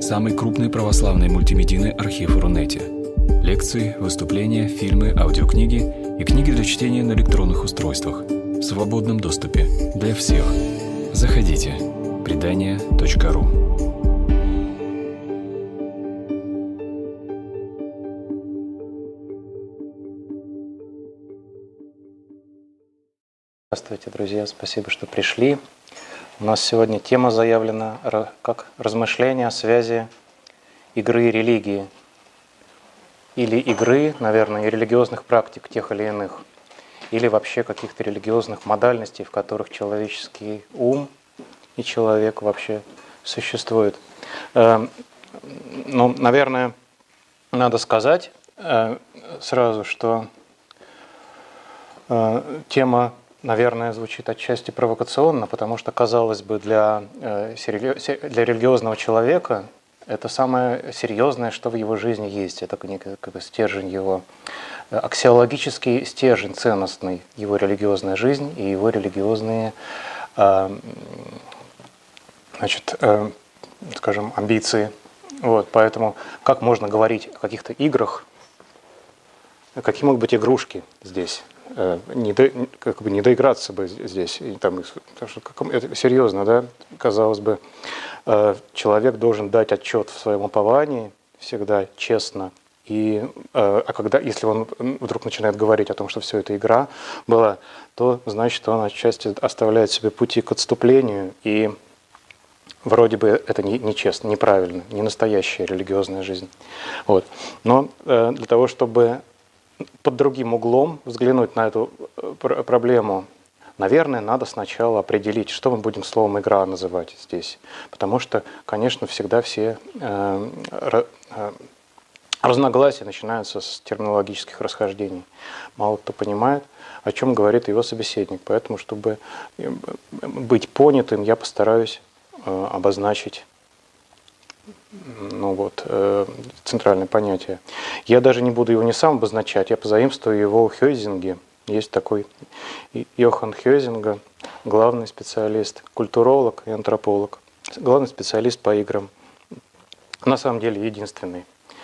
самый крупный православный мультимедийный архив Рунете. Лекции, выступления, фильмы, аудиокниги и книги для чтения на электронных устройствах в свободном доступе для всех. Заходите. Предания.ру. Здравствуйте, друзья! Спасибо, что пришли. У нас сегодня тема заявлена как размышления о связи игры и религии. Или игры, наверное, и религиозных практик тех или иных. Или вообще каких-то религиозных модальностей, в которых человеческий ум и человек вообще существует. Наверное, надо сказать сразу, что тема, наверное, звучит отчасти провокационно, потому что, казалось бы, для религиозного человека это самое серьезное, что в его жизни есть. Это как бы стержень его, аксиологический стержень ценностный, его религиозная жизнь и его религиозные, скажем, амбиции. Вот, поэтому как можно говорить о каких-то играх, какие могут быть игрушки здесь? Не доиграться бы здесь, потому что это серьезно, да? Казалось бы, человек должен дать отчет в своем уповании всегда честно. Если он вдруг начинает говорить о том, что все это игра была, то значит, он отчасти оставляет себе пути к отступлению, и вроде бы это нечестно, неправильно, не настоящая религиозная жизнь. Вот. Но для того, чтобы под другим углом взглянуть на эту проблему, наверное, надо сначала определить, что мы будем словом «игра» называть здесь. Потому что, конечно, всегда все разногласия начинаются с терминологических расхождений. Мало кто понимает, о чем говорит его собеседник. Поэтому, чтобы быть понятым, я постараюсь обозначить центральное понятие. Я даже не буду его не сам обозначать, я позаимствую его у Хёйзинге. Есть такой Йохан Хёйзинга, главный специалист, культуролог и антрополог, главный специалист по играм. На самом деле единственный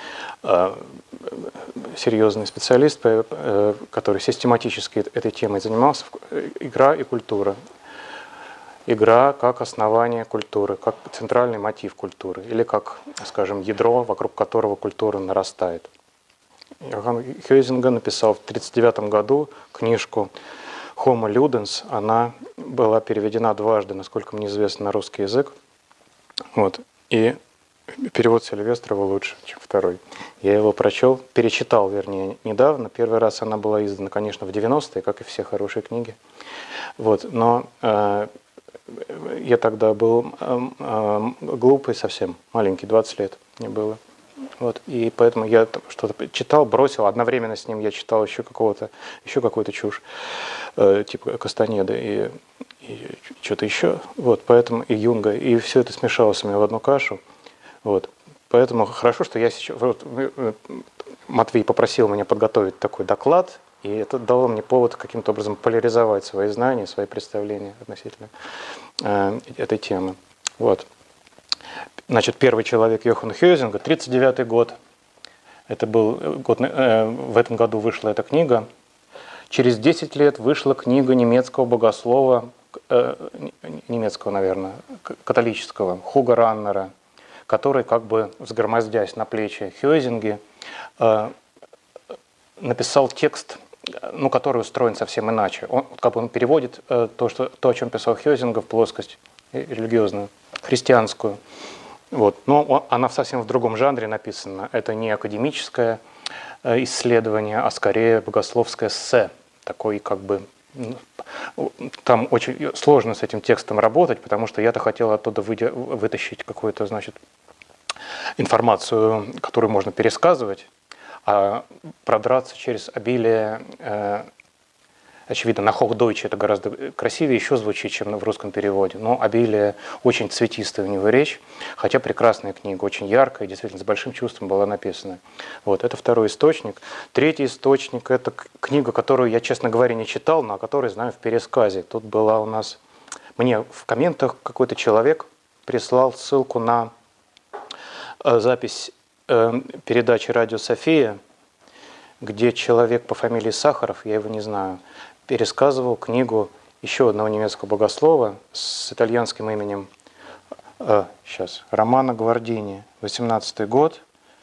серьезный специалист, который систематически этой темой занимался. Игра и культура. Игра как основание культуры, как центральный мотив культуры, или как, скажем, ядро, вокруг которого культура нарастает. Йохан Хёйзинга написал в 1939 году книжку «Homo Ludens». Она была переведена дважды, насколько мне известно, на русский язык. Вот. И перевод Сильвестрова лучше, чем второй. Я его перечитал, вернее, недавно. Первый раз она была издана, конечно, в 90-е, как и все хорошие книги. Вот. Но я тогда был глупый совсем, маленький, 20 лет мне было. Вот. И поэтому я что-то читал, бросил. Одновременно с ним я читал еще какую-то чушь, типа Кастанеда и что-то еще. Вот. Поэтому и Юнга. И все это смешалось у меня в одну кашу. Вот. Поэтому хорошо, что я сейчас... Матвей попросил меня подготовить такой доклад, и это дало мне повод каким-то образом поляризовать свои знания, свои представления относительно этой темы. Вот. Значит, первый человек Йохан Хёйзинга, 1939 год. Это был год, в этом году вышла эта книга. Через 10 лет вышла книга немецкого богослова, немецкого, наверное, католического, Хуга Раннера, который, как бы взгромоздясь на плечи Хёйзинги, написал текст, который устроен совсем иначе. Он переводит то, о чем писал Хёйзинга, в плоскость религиозную, христианскую. Вот. Но она совсем в другом жанре написана. Это не академическое исследование, а скорее богословское эссе. Такой как бы... Там очень сложно с этим текстом работать, потому что я-то хотел оттуда вытащить какую-то, информацию, которую можно пересказывать, а продраться через обилие, очевидно, на Hochdeutsch это гораздо красивее еще звучит, чем в русском переводе, но обилие, очень цветистая у него речь, хотя прекрасная книга, очень яркая, действительно, с большим чувством была написана. Вот, это второй источник. Третий источник – это книга, которую я, честно говоря, не читал, но о которой знаю в пересказе. Тут была у нас, мне в комментах какой-то человек прислал ссылку на запись передачи «Радио София», где человек по фамилии Сахаров, я его не знаю, пересказывал книгу еще одного немецкого богослова с итальянским именем Романо Гвардини, 18-й год.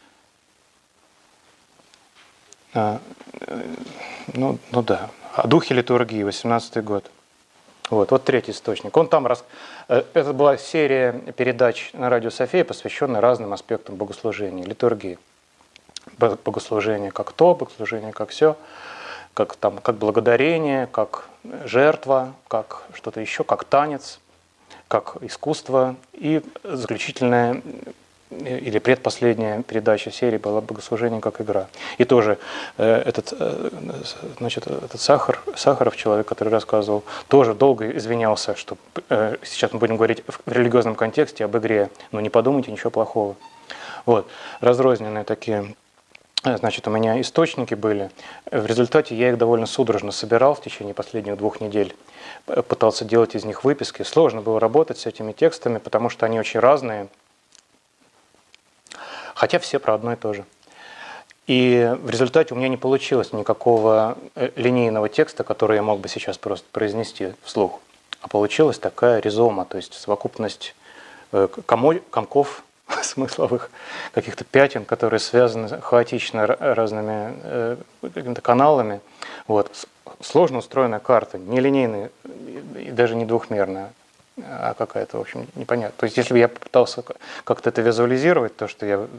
Ну да, о духе литургии, 18-й год. Вот третий источник. Это была серия передач на радио София, посвященная разным аспектам богослужения, литургии. Богослужение как то, богослужение как все, как благодарение, как жертва, как что-то еще, как танец, как искусство. И заключительная или предпоследняя передача серии была «Богослужение как игра». И тоже этот Сахаров, человек, который рассказывал, тоже долго извинялся, что сейчас мы будем говорить в религиозном контексте об игре, но не подумайте ничего плохого. Разрозненные такие, у меня источники были. В результате я их довольно судорожно собирал в течение последних 2 недель, пытался делать из них выписки. Сложно было работать с этими текстами, потому что они очень разные, хотя все про одно и то же. И в результате у меня не получилось никакого линейного текста, который я мог бы сейчас просто произнести вслух. А получилась такая ризома, то есть совокупность комков смысловых, каких-то пятен, которые связаны хаотично разными какими-то каналами. Сложно устроенная карта, не линейная и даже не двухмерная, а какая-то, в общем, непонятная. То есть, если бы я попытался как-то это визуализировать, то, что я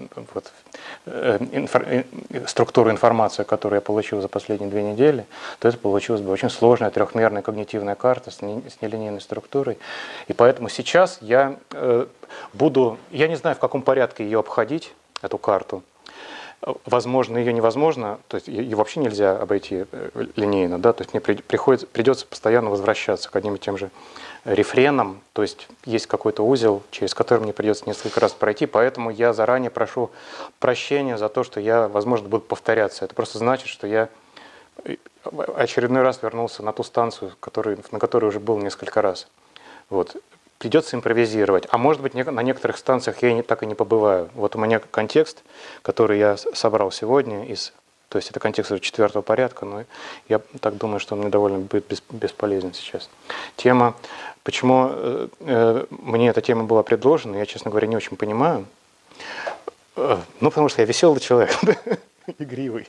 структуру информации, которую я получил за последние 2 недели, то это получилась бы очень сложная трехмерная когнитивная карта с нелинейной структурой. И поэтому сейчас я не знаю, в каком порядке ее обходить, эту карту. Возможно, ее невозможно, то есть ее вообще нельзя обойти линейно, да, то есть мне придется постоянно возвращаться к одним и тем же рефренам, то есть есть какой-то узел, через который мне придется несколько раз пройти, поэтому я заранее прошу прощения за то, что я, возможно, буду повторяться. Это просто значит, что я очередной раз вернулся на ту станцию, на которой уже был несколько раз. Придется импровизировать. А может быть, на некоторых станциях я так и не побываю. У меня контекст, который я собрал сегодня, то есть это контекст уже 4-го порядка, но я так думаю, что он мне довольно будет бесполезен сейчас. Тема, почему мне эта тема была предложена, я, честно говоря, не очень понимаю. Потому что я веселый человек, игривый.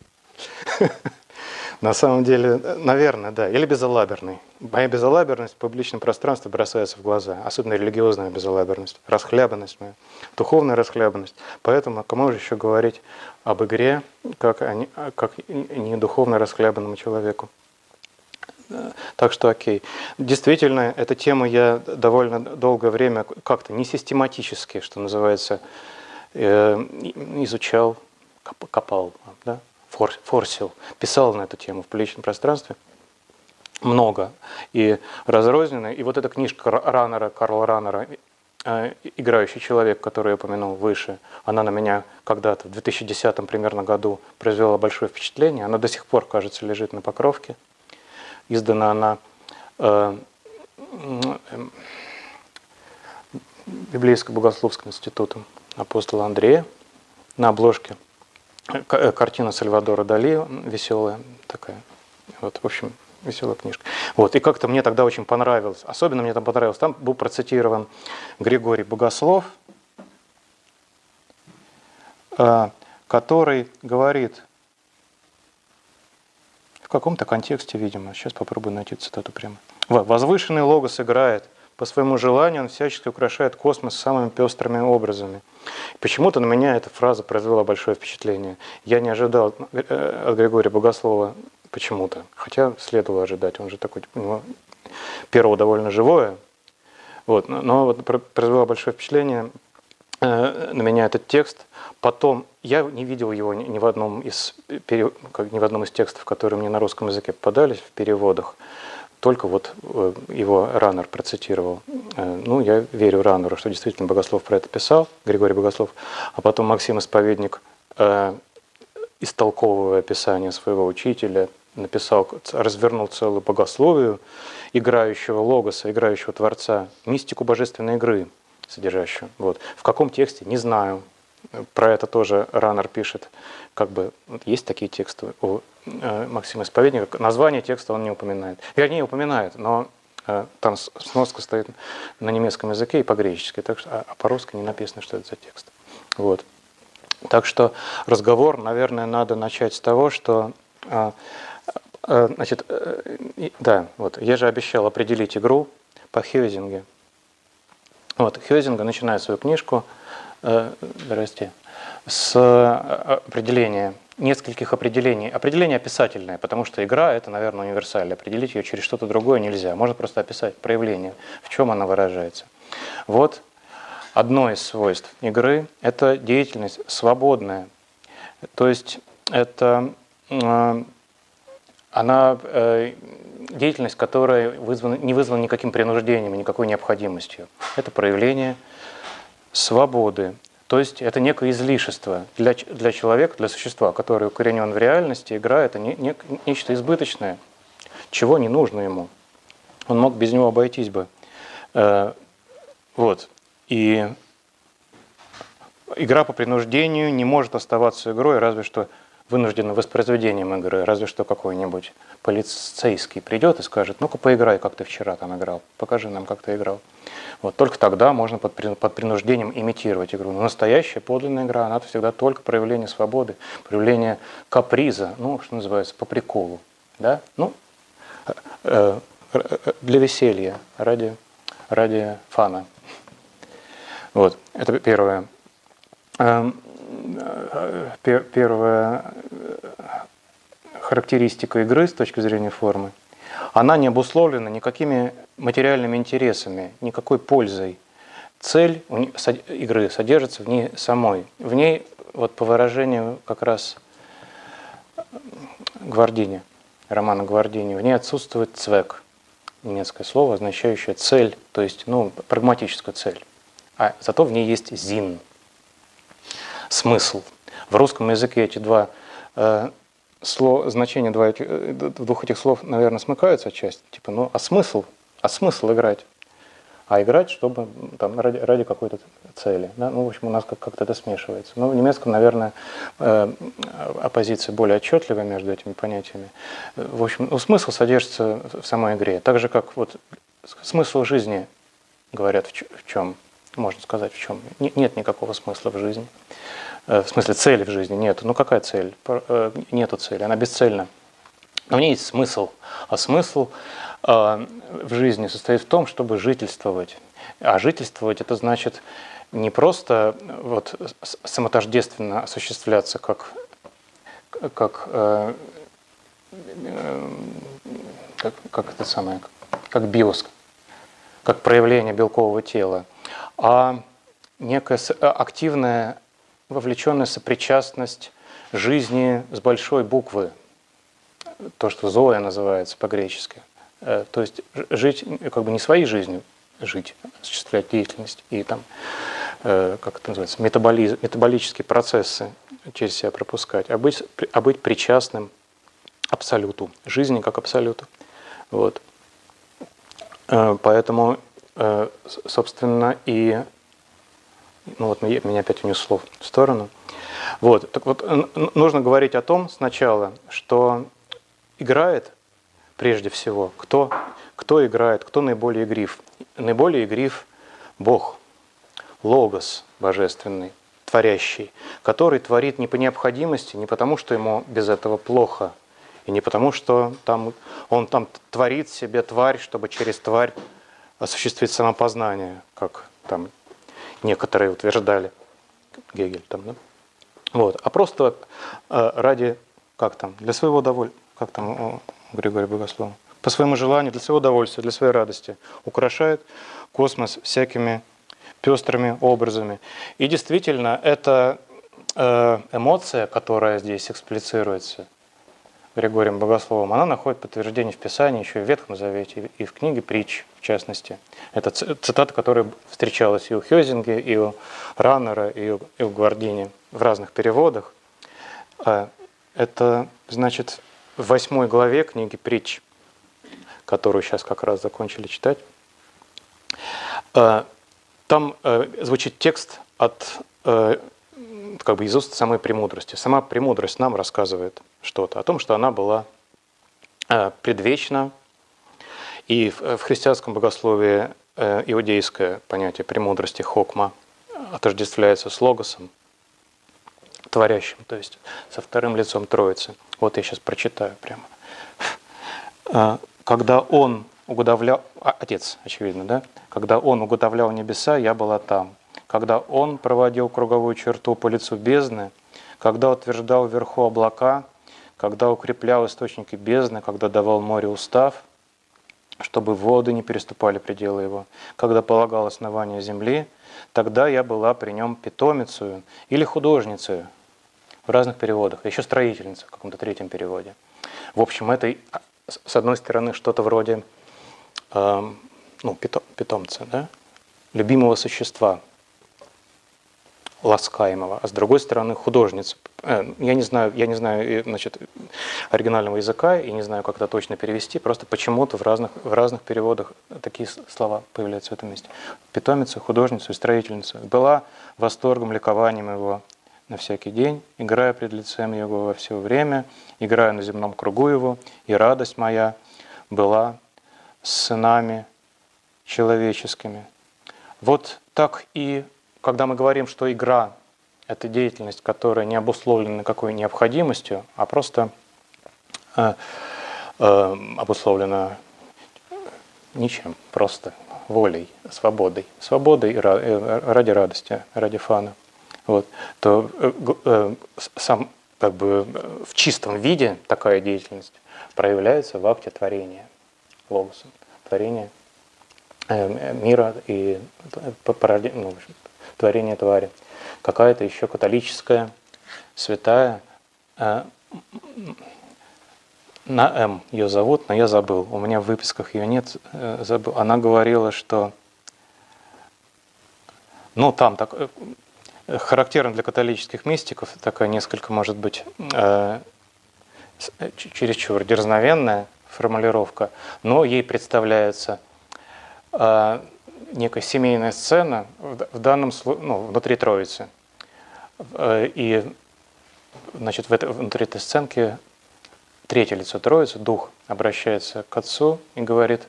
На самом деле, наверное, да. Или безалаберный. Моя безалаберность в публичном пространстве бросается в глаза. Особенно религиозная безалаберность. Расхлябанность моя. Духовная расхлябанность. Поэтому кому же еще говорить об игре, как не духовно расхлябанному человеку. Так что окей. Действительно, эту тему я довольно долгое время как-то не систематически, что называется, изучал, копал, да? Форсил, писал на эту тему в публичном пространстве много и разрозненно. И эта книжка Карла Раннера «Играющий человек», которую я упомянул выше, она на меня когда-то в 2010 примерно году произвела большое впечатление. Она до сих пор, кажется, лежит на Покровке. Издана она Библейско-богословским институтом апостола Андрея. На обложке картина Сальвадора Дали, веселая такая. В общем, веселая книжка. И как-то мне тогда очень понравилось. Особенно мне там понравилось. Там был процитирован Григорий Богослов, который говорит в каком-то контексте, видимо, сейчас попробую найти цитату прямо. «Возвышенный логос играет. По своему желанию он всячески украшает космос самыми пестрыми образами». Почему-то на меня эта фраза произвела большое впечатление. Я не ожидал от Григория Богослова почему-то, хотя следовало ожидать, он же такой, у него перо довольно живое. Но произвело большое впечатление на меня этот текст. Потом я не видел его ни в одном из текстов, которые мне на русском языке попадались в переводах. Только его Раннер процитировал. Я верю Раннеру, что действительно Богослов про это писал, Григорий Богослов. А потом Максим Исповедник, истолковывая писание своего учителя, развернул целую богословию играющего логоса, играющего Творца, мистику божественной игры содержащую. В каком тексте? Не знаю. про это тоже Раннер пишет, как бы вот есть такие тексты у Максима Исповедника. Название текста он не упоминает. Вернее, упоминает, но там сноска стоит на немецком языке и по-гречески, так что, а по-русски не написано, что это за текст. Вот. Так что разговор, наверное, надо начать с того, что, значит, да, вот, я же обещал определить игру по Хёзинге. Вот, Хёзинга начинает свою книжку, с определения, нескольких определений. Определение описательное, потому что игра – это, наверное, универсально. Определить ее через что-то другое нельзя. Можно просто описать проявление, в чем она выражается. Вот одно из свойств игры – это деятельность свободная. То есть это она деятельность, которая не вызвана никаким принуждением, никакой необходимостью. Это проявление свободы. То есть это некое излишество для человека, для существа, который укоренен в реальности. Игра – это нечто избыточное, чего не нужно ему. Он мог без него обойтись бы. Вот. И игра по принуждению не может оставаться игрой, разве что вынужденным воспроизведением игры, разве что какой-нибудь полицейский придет и скажет: ну-ка поиграй, как ты вчера там играл, покажи нам, как ты играл. Вот только тогда можно под принуждением имитировать игру. Но настоящая подлинная игра, она всегда только проявление свободы, проявление каприза, ну, что называется, по приколу, да? Ну, для веселья, ради фана. Вот, это первое. Первая характеристика игры с точки зрения формы. Она не обусловлена никакими материальными интересами, никакой пользой. Цель игры содержится в ней самой. В ней, вот по выражению как раз Гвардини, романа Гвардини, в ней отсутствует цвек, немецкое слово, означающее цель, то есть, ну, прагматическая цель. А зато в ней есть зин, смысл. В русском языке эти значения двух этих слов, наверное, смыкаются отчасти. Типа, ну, а смысл играть? А играть, чтобы там, ради какой-то цели. Да? Ну, в общем, у нас как-то это смешивается. Но в немецком, наверное, оппозиция более отчетливая между этими понятиями. В общем, ну, смысл содержится в самой игре. Так же, как вот смысл жизни, говорят, в чем, можно сказать, в чем. Нет никакого смысла в жизни. В смысле, цели в жизни нет. Ну, какая цель? Нету цели, она бесцельна. Но в ней есть смысл. А смысл в жизни состоит в том, чтобы жительствовать. А жительствовать – это значит не просто вот самотождественно осуществляться как биос, как проявление белкового тела, а некая активная, вовлеченная сопричастность жизни с большой буквы, то, что зоя называется по-гречески. То есть жить как бы не своей жизнью, жить, осуществлять деятельность и там, как это называется, метаболические процессы через себя пропускать, а быть причастным абсолюту, жизни как абсолюту. Вот. Поэтому, собственно, и ну вот меня опять унесло в сторону. Вот. Так вот, нужно говорить о том сначала, что играет прежде всего, кто играет, кто наиболее игрив. Наиболее игрив Бог, Логос божественный, творящий, который творит не по необходимости, не потому, что ему без этого плохо, и не потому, что он там творит себе тварь, чтобы через тварь осуществить самопознание, как там некоторые утверждали, Гегель там, да? Вот. А просто ради, для своего удовольствия, как там у Григория Богослова, по своему желанию, для своего удовольствия, для своей радости украшает космос всякими пестрыми образами. И действительно, эта эмоция, которая здесь эксплицируется Григорием Богословом, она находит подтверждение в Писании, еще и в Ветхом Завете, и в книге «Притч», в частности. Это цитата, которая встречалась и у Хёзинга, и у Раннера, и у Гвардини в разных переводах. Это, значит, в 8 главе книги «Притч», которую сейчас как раз закончили читать. Там звучит текст от как бы из уст самой премудрости. Сама премудрость нам рассказывает что-то о том, что она была предвечна. И в христианском богословии иудейское понятие премудрости хокма отождествляется с логосом, творящим, то есть со вторым лицом Троицы. Вот я сейчас прочитаю прямо. Когда он уготовлял, Отец, очевидно, да? Когда он уготовлял небеса, я была там. Когда он проводил круговую черту по лицу бездны, когда утверждал вверху облака, когда укреплял источники бездны, когда давал море устав, чтобы воды не переступали пределы его, когда полагал основание земли, тогда я была при нем питомицею или художницею в разных переводах, еще строительница в каком-то третьем переводе. В общем, это, с одной стороны, что-то вроде питомца, да? Любимого существа, ласкаемого, а с другой стороны художница. Я не знаю, значит, оригинального языка и не знаю, как это точно перевести, просто почему-то в разных переводах такие слова появляются в этом месте. Питомица, художница и строительница. Была восторгом, ликованием его на всякий день, играя пред лицем его во все время, играя на земном кругу его, и радость моя была с сынами человеческими. Вот так и когда мы говорим, что игра – это деятельность, которая не обусловлена никакой необходимостью, а просто обусловлена ничем, просто волей, свободой. Свободой ради радости, ради фана. Вот, то сам, как бы, в чистом виде такая деятельность проявляется в акте творения, логосом, творения мира и творение твари. Какая-то еще католическая, святая, на М ее зовут, но я забыл. У меня в выписках ее нет, забыл. Она говорила, что там так, характерно для католических мистиков, такая несколько, может быть, чересчур дерзновенная формулировка, но ей представляется некая семейная сцена, в данном случае, внутри Троицы. И, значит, внутри этой сценки третье лицо Троицы, Дух, обращается к Отцу и говорит,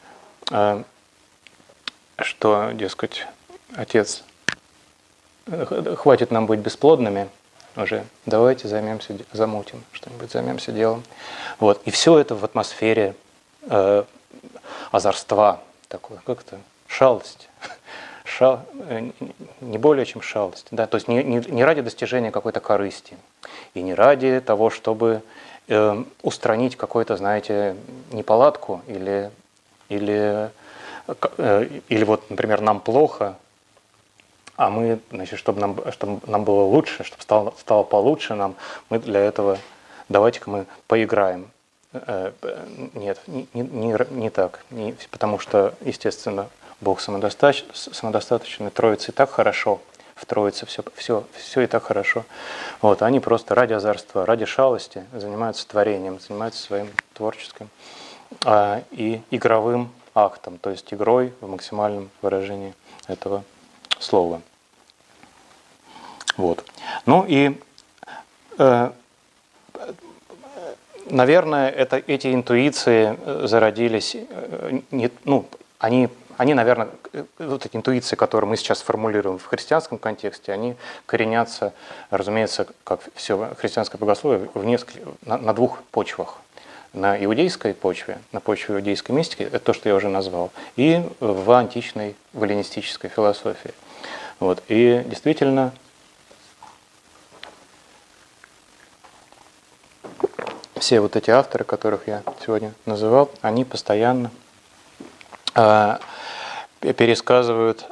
что, дескать, Отец, хватит нам быть бесплодными уже, давайте замутим что-нибудь, займемся делом. Вот. И все это в атмосфере озорства, такой, как-то шалость, не более чем шалость. Да? То есть не ради достижения какой-то корысти, и не ради того, чтобы устранить какую-то, знаете, неполадку, или вот, например, нам плохо, а мы, значит, чтобы нам было лучше, чтобы стало получше нам, мы для этого давайте-ка мы поиграем. Нет, не так. Потому что, естественно, Бог самодостаточный, Троица и так хорошо, в Троице все и так хорошо. Вот, они просто ради озорства, ради шалости занимаются творением, занимаются своим творческим и игровым актом, то есть игрой в максимальном выражении этого слова. Вот. Ну и, наверное, эти интуиции зародились, они, наверное, вот эти интуиции, которые мы сейчас формулируем в христианском контексте, они коренятся, разумеется, как все христианское богословие, на двух почвах. На иудейской почве, на почве иудейской мистики, это то, что я уже назвал, и в античной, в эллинистической философии. Вот. И действительно, все вот эти авторы, которых я сегодня называл, они постоянно пересказывают,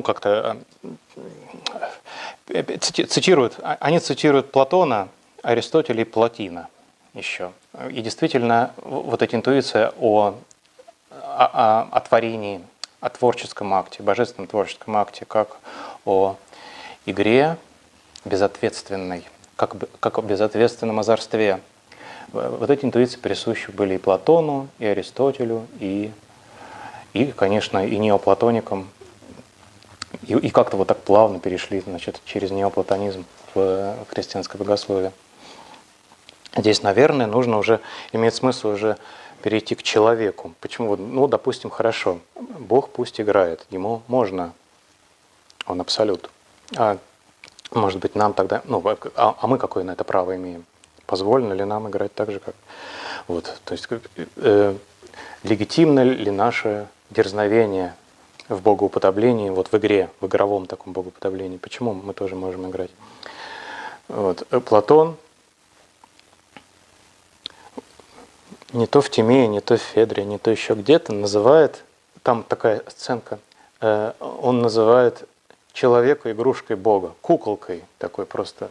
цитируют Платона, Аристотеля и Плотина еще. И действительно, вот эта интуиция о творении, о творческом акте, божественном творческом акте, как о игре безответственной, как о безответственном озорстве. Вот эти интуиции присущи были и Платону, и Аристотелю, и конечно, и неоплатоникам, И как-то вот так плавно перешли, значит, через неоплатонизм в христианское богословие. Здесь, наверное, нужно уже, имеет смысл уже перейти к человеку. Почему? Ну, допустим, хорошо, Бог пусть играет, ему можно, он абсолют. А может быть, нам тогда, ну, а мы какое на это право имеем? Позволено ли нам играть так же, как... Вот, то есть, легитимно ли наше дерзновение в богоуподоблении, вот в игре, в игровом таком богоуподоблении? Почему мы тоже можем играть? Вот, Платон не то в Тимее, не то в Федре, не то еще где-то называет, там такая сценка, он называет человека игрушкой Бога, куколкой такой просто.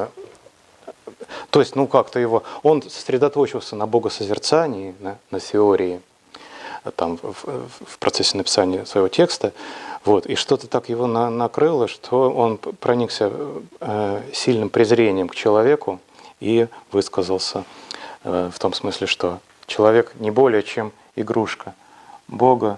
То есть, ну как-то его, он сосредоточился на богосозерцании, на теории, там, в процессе написания своего текста, вот, и что-то так его накрыло, что он проникся сильным презрением к человеку и высказался в том смысле, что человек не более чем игрушка Бога.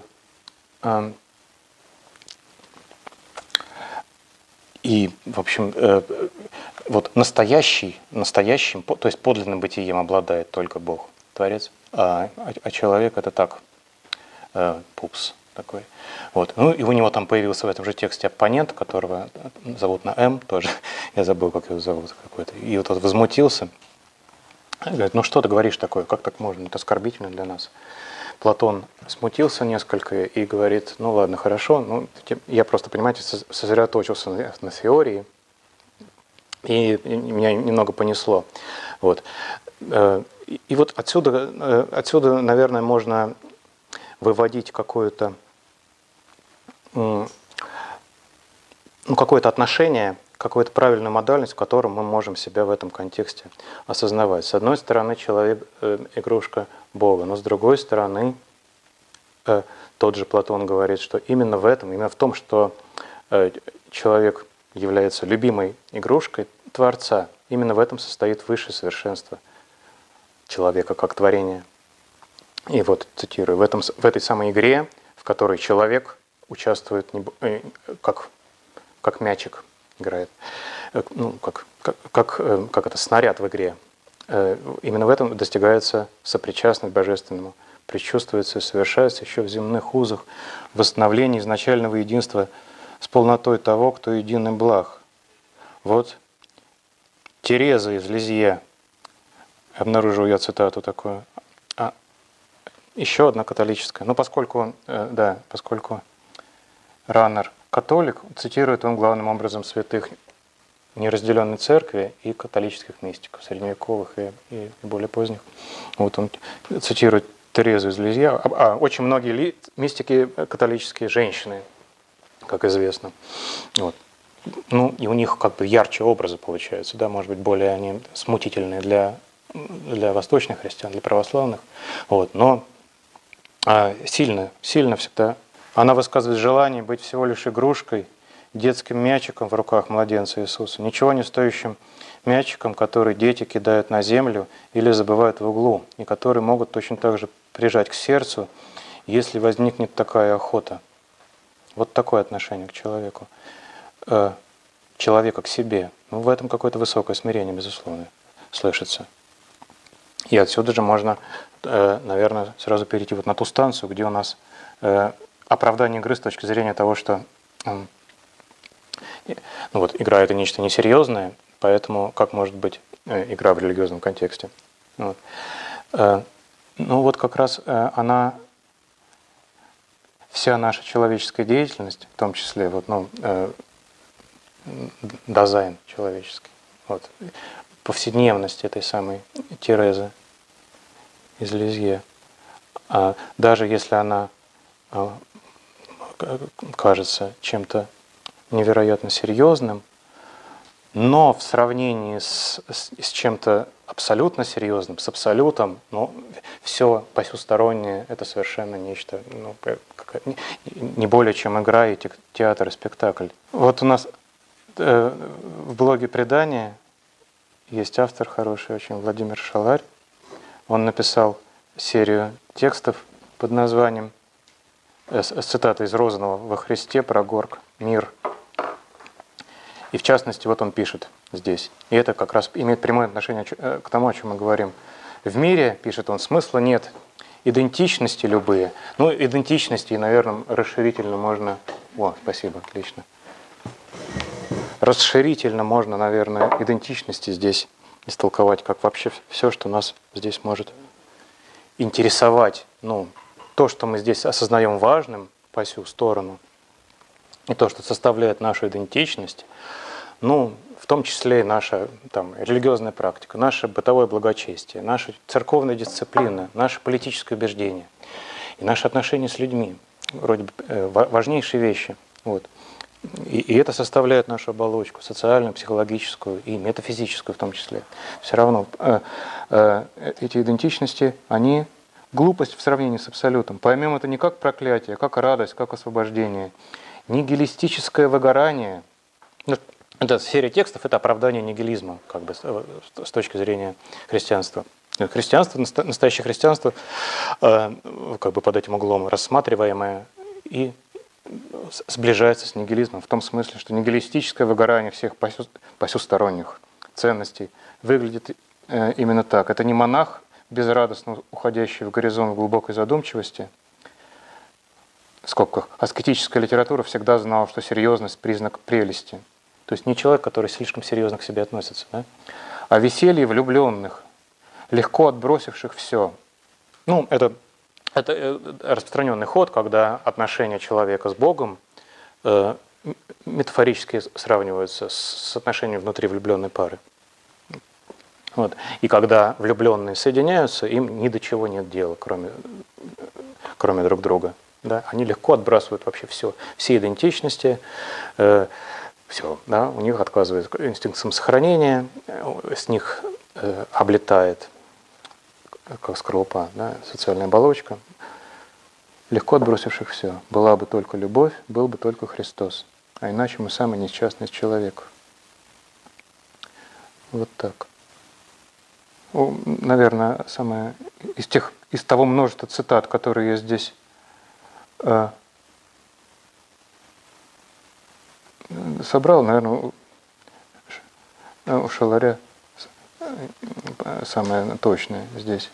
И, в общем, вот настоящим, то есть подлинным бытием обладает только Бог, Творец, а человек это так, пупс такой. Вот. Ну и у него там появился в этом же тексте оппонент, которого зовут на М тоже, я забыл, как его зовут какой-то, и вот он возмутился, говорит, ну что ты говоришь такое, как так можно, это оскорбительно для нас. Платон смутился несколько и говорит, ну ладно, хорошо, ну, я просто, понимаете, сосредоточился на теории, и меня немного понесло. Вот. И вот отсюда, наверное, можно выводить какое-то отношение, какую-то правильную модальность, в которой мы можем себя в этом контексте осознавать. С одной стороны, человек игрушка Бога, но с другой стороны, тот же Платон говорит, что именно в том, что человек является любимой игрушкой Творца, именно в этом состоит высшее совершенство человека как творения. И вот, цитирую, в этой самой игре, в которой человек участвует как мячик играет, ну, как это, снаряд в игре. Именно в этом достигается сопричастность божественному, предчувствуется и совершается еще в земных узах восстановление изначального единства с полнотой того, кто един и благ. Вот Тереза из Лизье, обнаружил я цитату такую, еще одна католическая, но поскольку Раннер католик, цитирует он главным образом святых неразделенной церкви и католических мистиков, средневековых и более поздних. Вот он цитирует Терезу из Лизье. Очень многие мистики католические женщины, как известно. Вот. Ну, и у них как бы ярче образы получаются, да, может быть, более они смутительные для восточных христиан, для православных. Вот. Но сильно всегда она высказывает желание быть всего лишь игрушкой, детским мячиком в руках младенца Иисуса, ничего не стоящим мячиком, который дети кидают на землю или забывают в углу, и который могут точно так же прижать к сердцу, если возникнет такая охота. Вот такое отношение к человеку. Человека к себе. Ну, в этом какое-то высокое смирение, безусловно, слышится. И отсюда же можно, наверное, сразу перейти вот на ту станцию, где у нас оправдание игры с точки зрения того, что ну вот, игра — это нечто несерьезное, поэтому как может быть игра в религиозном контексте? Вот. Ну вот как раз вся наша человеческая деятельность, в том числе вот, дазайн человеческий, вот, повседневность этой самой Терезы из Лизье, даже если она кажется чем-то невероятно серьезным, но в сравнении с чем-то абсолютно серьезным, с абсолютом, все посюстороннее — это совершенно нечто, не более чем игра и театр и спектакль. Вот у нас в блоге «Предания» есть автор хороший очень, Владимир Шаларь. Он написал серию текстов под названием с цитатой из Розанова «Во Христе прогорк мир». И в частности, вот он пишет здесь. И это как раз имеет прямое отношение к тому, о чем мы говорим. В мире, пишет он, смысла нет. Идентичности любые. Ну, идентичности, наверное, расширительно можно... О, спасибо, отлично. Расширительно можно, наверное, идентичности здесь истолковать, как вообще все, что нас здесь может интересовать. Ну, то, что мы здесь осознаем важным по сю сторону, и то, что составляет нашу идентичность, ну, в том числе и наша там, религиозная практика, наше бытовое благочестие, наша церковная дисциплина, наше политическое убеждение и наши отношения с людьми. Вроде бы важнейшие вещи. Вот. И это составляет нашу оболочку, социальную, психологическую и метафизическую в том числе. Все равно эти идентичности, они глупость в сравнении с абсолютом. Поймем это не как проклятие, а как радость, как освобождение. Нигилистическое выгорание. Это в сфере текстов, это оправдание нигилизма, как бы с точки зрения христианства. Христианство, настоящее христианство, как бы под этим углом рассматриваемое и сближается с нигилизмом в том смысле, что нигилистическое выгорание всех посюсторонних ценностей выглядит именно так. Это не монах, безрадостно уходящий в горизонт в глубокой задумчивости, в скобках, аскетическая литература всегда знала, что серьезность – признак прелести. То есть не человек, который слишком серьезно к себе относится, да? А веселье влюбленных, легко отбросивших все. Ну, это распространенный ход, когда отношения человека с Богом метафорически сравниваются с отношениями внутри влюбленной пары. Вот. И когда влюбленные соединяются, им ни до чего нет дела, кроме друг друга. Да? Они легко отбрасывают вообще все идентичности, все, да? У них отказывает инстинкт самосохранения, с них облетает, как скорлупа, да? Социальная оболочка, легко отбросивших все. Была бы только любовь, был бы только Христос, а иначе мы самый несчастный из человеков. Вот так. Наверное, самое из того множества цитат, которые я здесь собрал, наверное, у Шаларя самое точное здесь.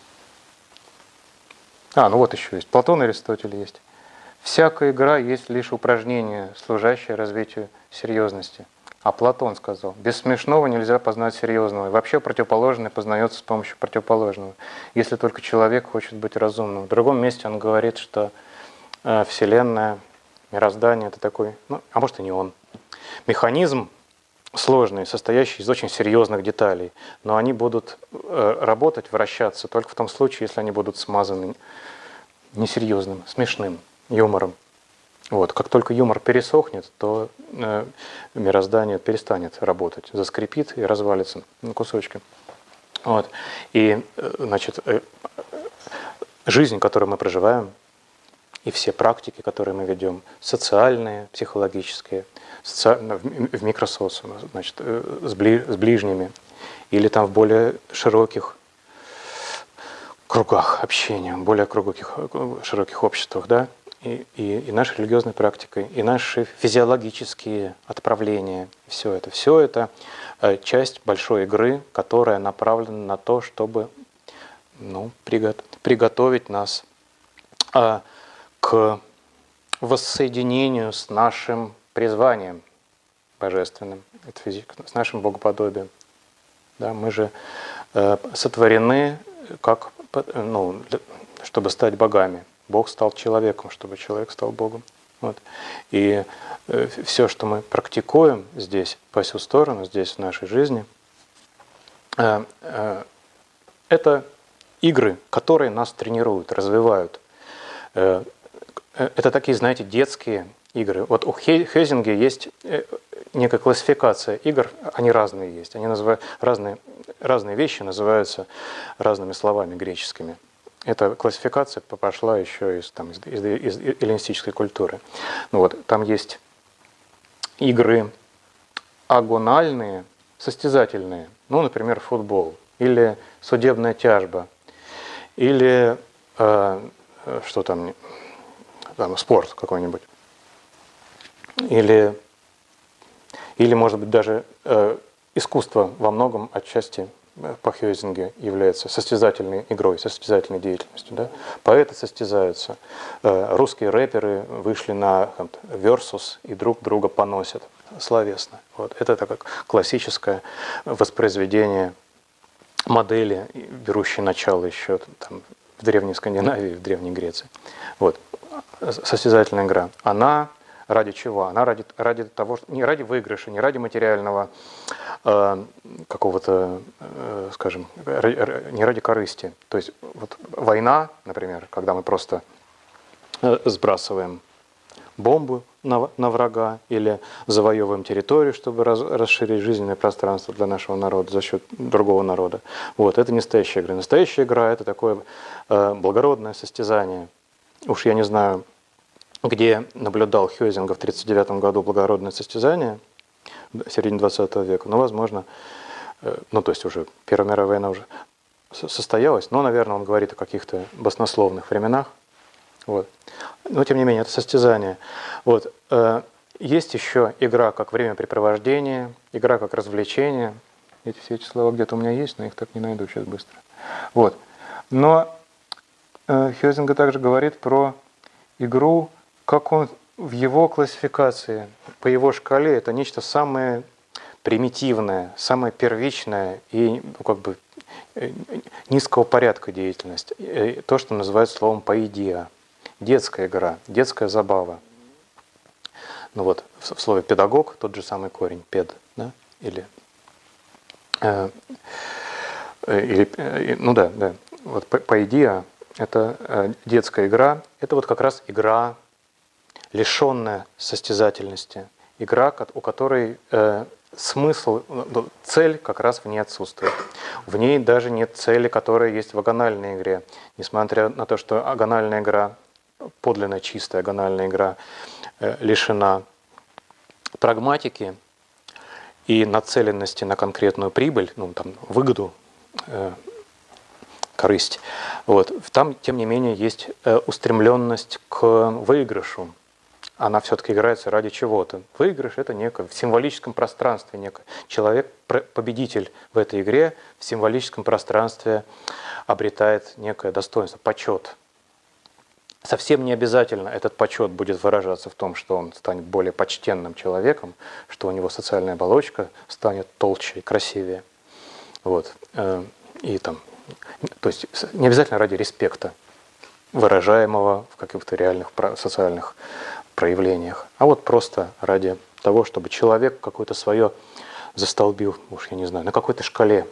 Ну вот еще есть. Платон и Аристотель есть. Всякая игра есть лишь упражнение, служащее развитию серьезности. А Платон сказал, без смешного нельзя познать серьезного. И вообще противоположное познается с помощью противоположного, если только человек хочет быть разумным. В другом месте он говорит, что Вселенная, мироздание – это такой, а может и не он. Механизм сложный, состоящий из очень серьезных деталей, но они будут работать, вращаться только в том случае, если они будут смазаны несерьезным, смешным юмором. Вот. Как только юмор пересохнет, то мироздание перестанет работать, заскрипит и развалится на кусочки. Вот. И, значит, жизнь, которую мы проживаем, и все практики, которые мы ведем, социальные, психологические, в микросоциуме, значит, с ближними, или там в более широких кругах общения, в более широких обществах, да, и нашей религиозной практикой, и наши физиологические отправления, все это часть большой игры, которая направлена на то, чтобы приготовить нас к воссоединению с нашим призванием божественным, с нашим богоподобием. Да, мы же сотворены, чтобы стать богами. Бог стал человеком, чтобы человек стал Богом. Вот. И все, что мы практикуем здесь, по сю сторону, здесь в нашей жизни, это игры, которые нас тренируют, развивают. Это такие, знаете, детские игры. Вот у Хёзинге есть некая классификация игр, они разные есть. Они разные вещи называются разными словами греческими. Эта классификация пошла еще из эллинистической культуры. Там есть игры агональные, состязательные. Например, футбол, или судебная тяжба, или там, спорт какой-нибудь. Или может быть, даже искусство во многом отчасти по Хёйзинге является состязательной игрой, состязательной деятельностью. Да? Поэты состязаются, русские рэперы вышли на версус и друг друга поносят словесно. Вот. Это как классическое воспроизведение модели, берущей начало еще там, в Древней Скандинавии, в Древней Греции. Вот. Состязательная игра. Она ради чего? Она ради того, не ради выигрыша, не ради материального какого-то, скажем, не ради корысти. То есть вот война, например, когда мы просто сбрасываем бомбу на врага или завоевываем территорию, чтобы расширить жизненное пространство для нашего народа за счет другого народа. Вот, это не настоящая игра. Настоящая игра – это такое благородное состязание. Уж я не знаю, где наблюдал Хёйзинга в 1939 году благородное состязание в середине 20 века, но, возможно, то есть уже Первая мировая война уже состоялась, но, наверное, он говорит о каких-то баснословных временах. Вот. Но, тем не менее, это состязание. Вот. Есть еще игра как времяпрепровождение, игра как развлечение. Все эти слова где-то у меня есть, но их так не найду сейчас быстро. Вот. Но Хёйзинга также говорит про игру, как он в его классификации, по его шкале, это нечто самое примитивное, самое первичное и низкого порядка деятельность. То, что называют словом поэдия. Детская игра, детская забава. Ну вот, в слове педагог тот же самый корень, пед, да? Вот поэдия – это детская игра, это вот как раз игра, лишенная состязательности, игра, у которой смысл, цель как раз в ней отсутствует. В ней даже нет цели, которая есть в агональной игре. Несмотря на то, что агональная игра, подлинно чистая агональная игра, лишена прагматики и нацеленности на конкретную прибыль, выгоду, корысть. Вот. Там, тем не менее, есть устремленность к выигрышу. Она все-таки играется ради чего-то. Выигрыш – это некое в символическом пространстве. Человек, победитель в этой игре, в символическом пространстве обретает некое достоинство, почет. Совсем не обязательно этот почет будет выражаться в том, что он станет более почтенным человеком, что у него социальная оболочка станет толще и красивее. Вот. То есть не обязательно ради респекта, выражаемого в каких-то реальных социальных проявлениях, а вот просто ради того, чтобы человек какое-то свое застолбил, уж я не знаю, на какой-то шкале,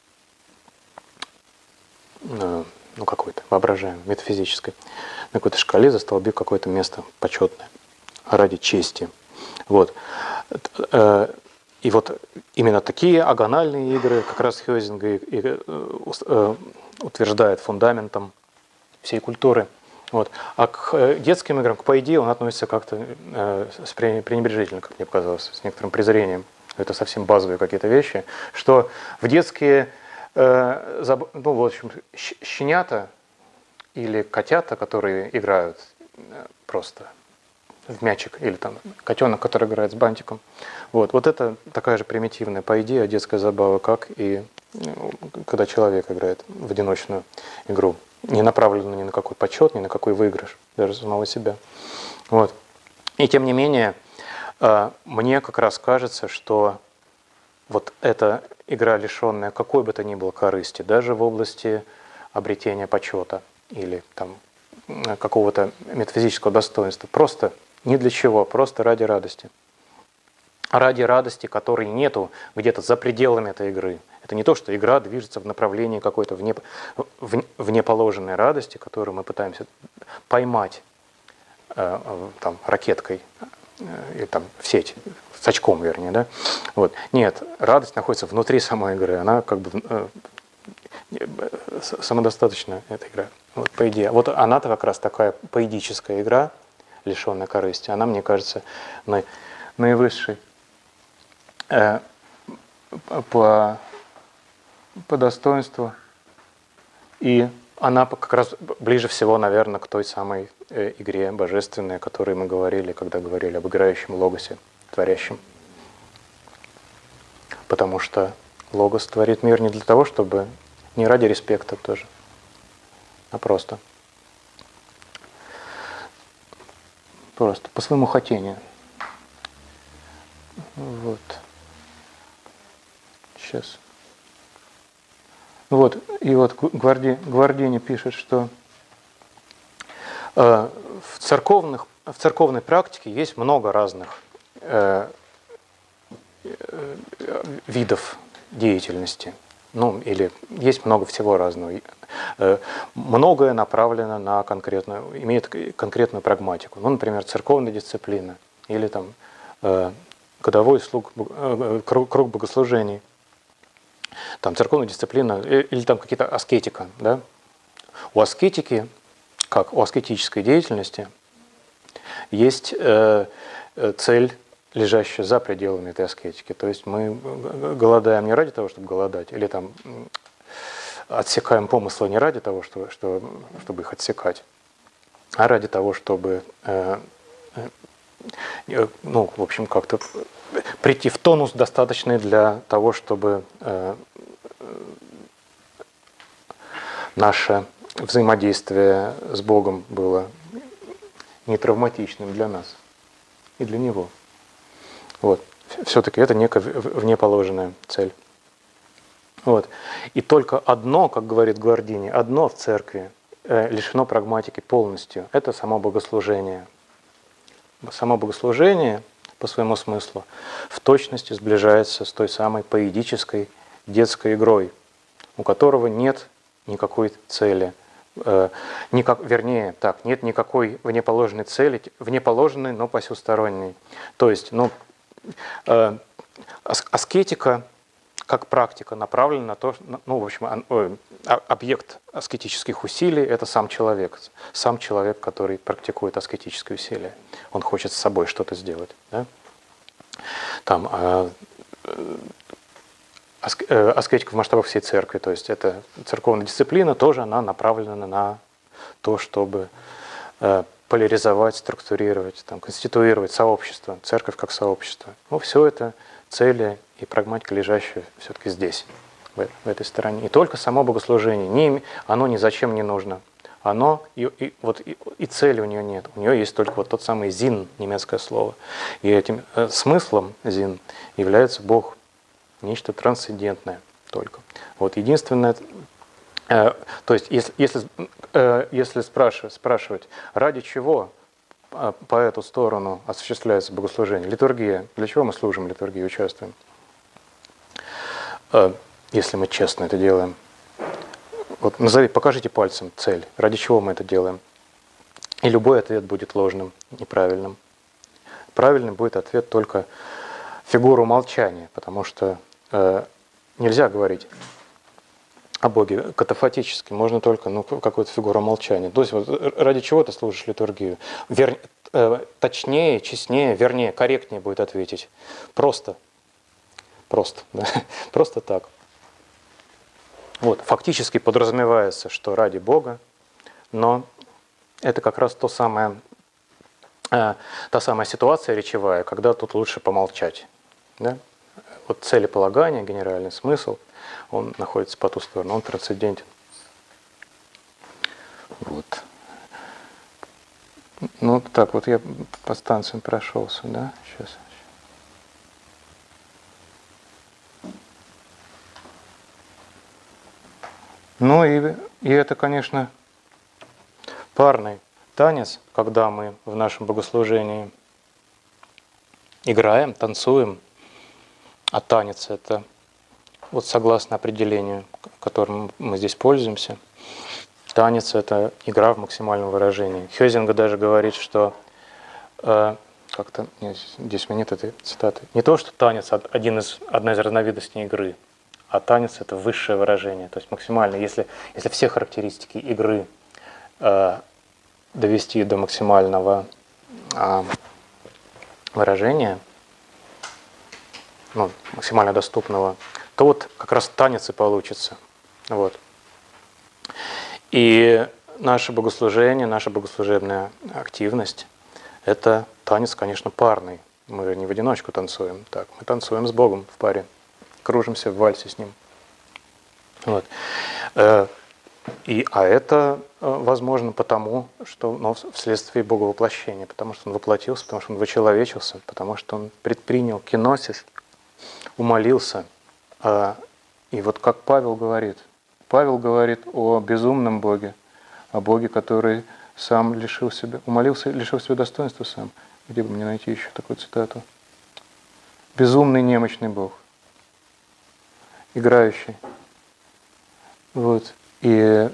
какой-то воображаемой, метафизической, на какой-то шкале застолбил какое-то место почетное ради чести. Вот. И вот именно такие агональные игры как раз Хёйзинга утверждает фундаментом всей культуры. Вот. А к детским играм, к поэдии он относится как-то пренебрежительно, как мне показалось, с некоторым презрением. Это совсем базовые какие-то вещи, что в детские, в общем, щенята или котята, которые играют просто в мячик, или там котенок, который играет с бантиком. Вот это такая же примитивная поэдия, детская забава, как и когда человек играет в одиночную игру, не направленную ни на какой почет, ни на какой выигрыш, даже самого себя. Вот. И тем не менее, мне как раз кажется, что вот эта игра, лишенная какой бы то ни было корысти, даже в области обретения почета или там какого-то метафизического достоинства, просто ни для чего, просто ради радости. Ради радости, которой нету где-то за пределами этой игры. Это не то, что игра движется в направлении какой-то внеположенной радости, которую мы пытаемся поймать там, ракеткой или там, в сеть, с очком, вернее. Да? Вот. Нет, радость находится внутри самой игры. Она как бы самодостаточная, эта игра. Вот, по идее. Вот она-то как раз такая поэдическая игра, лишенная корысти. Она, мне кажется, наивысшей по достоинству и она как раз ближе всего, наверное, к той самой игре божественной, о которой мы говорили, когда говорили об играющем логосе, творящем. Потому что логос творит мир не для того, чтобы, не ради респекта тоже, а просто по своему хотению. Вот. Сейчас. Вот, и вот Гвардини пишет, что в церковной практике есть много разных видов деятельности. Ну, или есть много всего разного. Многое направлено на имеет конкретную прагматику. Ну, например, церковная дисциплина или там годовой круг богослужений. Там церковная дисциплина или там какие-то аскетика. Да? У аскетики, как у аскетической деятельности, есть цель, лежащая за пределами этой аскетики. То есть мы голодаем не ради того, чтобы голодать, или там отсекаем помыслы не ради того, чтобы их отсекать, а ради того, чтобы ну, в общем, как-то прийти в тонус, достаточный для того, чтобы наше взаимодействие с Богом было не травматичным для нас и для Него. Вот. Все-таки это некая внеположенная цель. Вот. И только одно, как говорит Гвардини, одно в церкви лишено прагматики полностью. Это само богослужение. Само богослужение по своему смыслу в точности сближается с той самой поэтической детской игрой, у которого нет никакой цели. Нет никакой внеположенной цели, внеположенной, но посюсторонней. То есть, аскетика как практика направлена на то, в общем, объект аскетических усилий – это сам человек, который практикует аскетические усилия. Он хочет с собой что-то сделать. Да? Там, аскетика в масштабах всей церкви, то есть это церковная дисциплина, тоже она направлена на то, чтобы поляризовать, структурировать, там, конституировать сообщество, церковь как сообщество. Ну, все это цели и прагматика, лежащая все-таки здесь, в этой стороне. И только само богослужение, оно ни зачем не нужно. И цели у нее нет. У нее есть только вот тот самый «зин», немецкое слово. И этим смыслом «зин» является Бог, нечто трансцендентное только. Вот единственное, то есть если спрашивать, ради чего по эту сторону осуществляется богослужение, литургия, для чего мы служим литургии, участвуем, если мы честно это делаем. Вот покажите пальцем цель, ради чего мы это делаем. И любой ответ будет ложным, неправильным. Правильным будет ответ только фигуру молчания, потому что нельзя говорить о Боге катафатически, можно только какую-то фигуру молчания. То есть вот, ради чего ты служишь литургию? Точнее, честнее, вернее, корректнее будет ответить. Просто, да? Просто так. Вот, фактически подразумевается, что ради Бога, но это как раз та самая ситуация речевая, когда тут лучше помолчать. Да? Вот целеполагание, генеральный смысл, он находится по ту сторону, он трансцендентен. Вот. Ну, так вот я по станциям прошелся, да, сейчас. Ну и это, конечно, парный танец, когда мы в нашем богослужении играем, танцуем, а танец – это, вот согласно определению, которым мы здесь пользуемся, танец – это игра в максимальном выражении. Хёзинга даже говорит, что здесь у меня нет этой цитаты. Не то, что танец одна из разновидностей игры, а танец – это высшее выражение, то есть максимально. Если все характеристики игры довести до максимального выражения, максимально доступного, то вот как раз танец и получится. Вот. И наше богослужение, наша богослужебная активность – это танец, конечно, парный. Мы не в одиночку танцуем, так, мы танцуем с Богом в паре, кружимся в вальсе с Ним. Вот. А это возможно потому, что вследствие Боговоплощения, потому что Он воплотился, потому что Он вочеловечился, потому что Он предпринял кеносис, умолился. И вот как Павел говорит о безумном Боге, о Боге, который сам лишил себя, умолился, лишил себя достоинства сам. Где бы мне найти еще такую цитату? Безумный, немощный Бог, играющий. Вот. И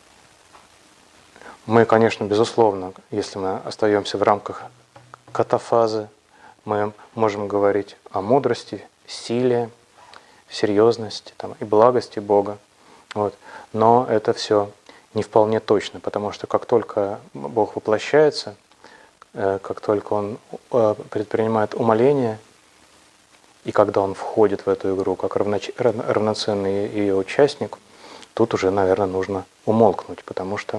мы, конечно, безусловно, если мы остаемся в рамках катафазы, мы можем говорить о мудрости, силе, серьезности и благости Бога. Вот. Но это все не вполне точно, потому что как только Бог воплощается, как только Он предпринимает умоление, и когда Он входит в эту игру как равноценный ее участник, тут уже, наверное, нужно умолкнуть, потому что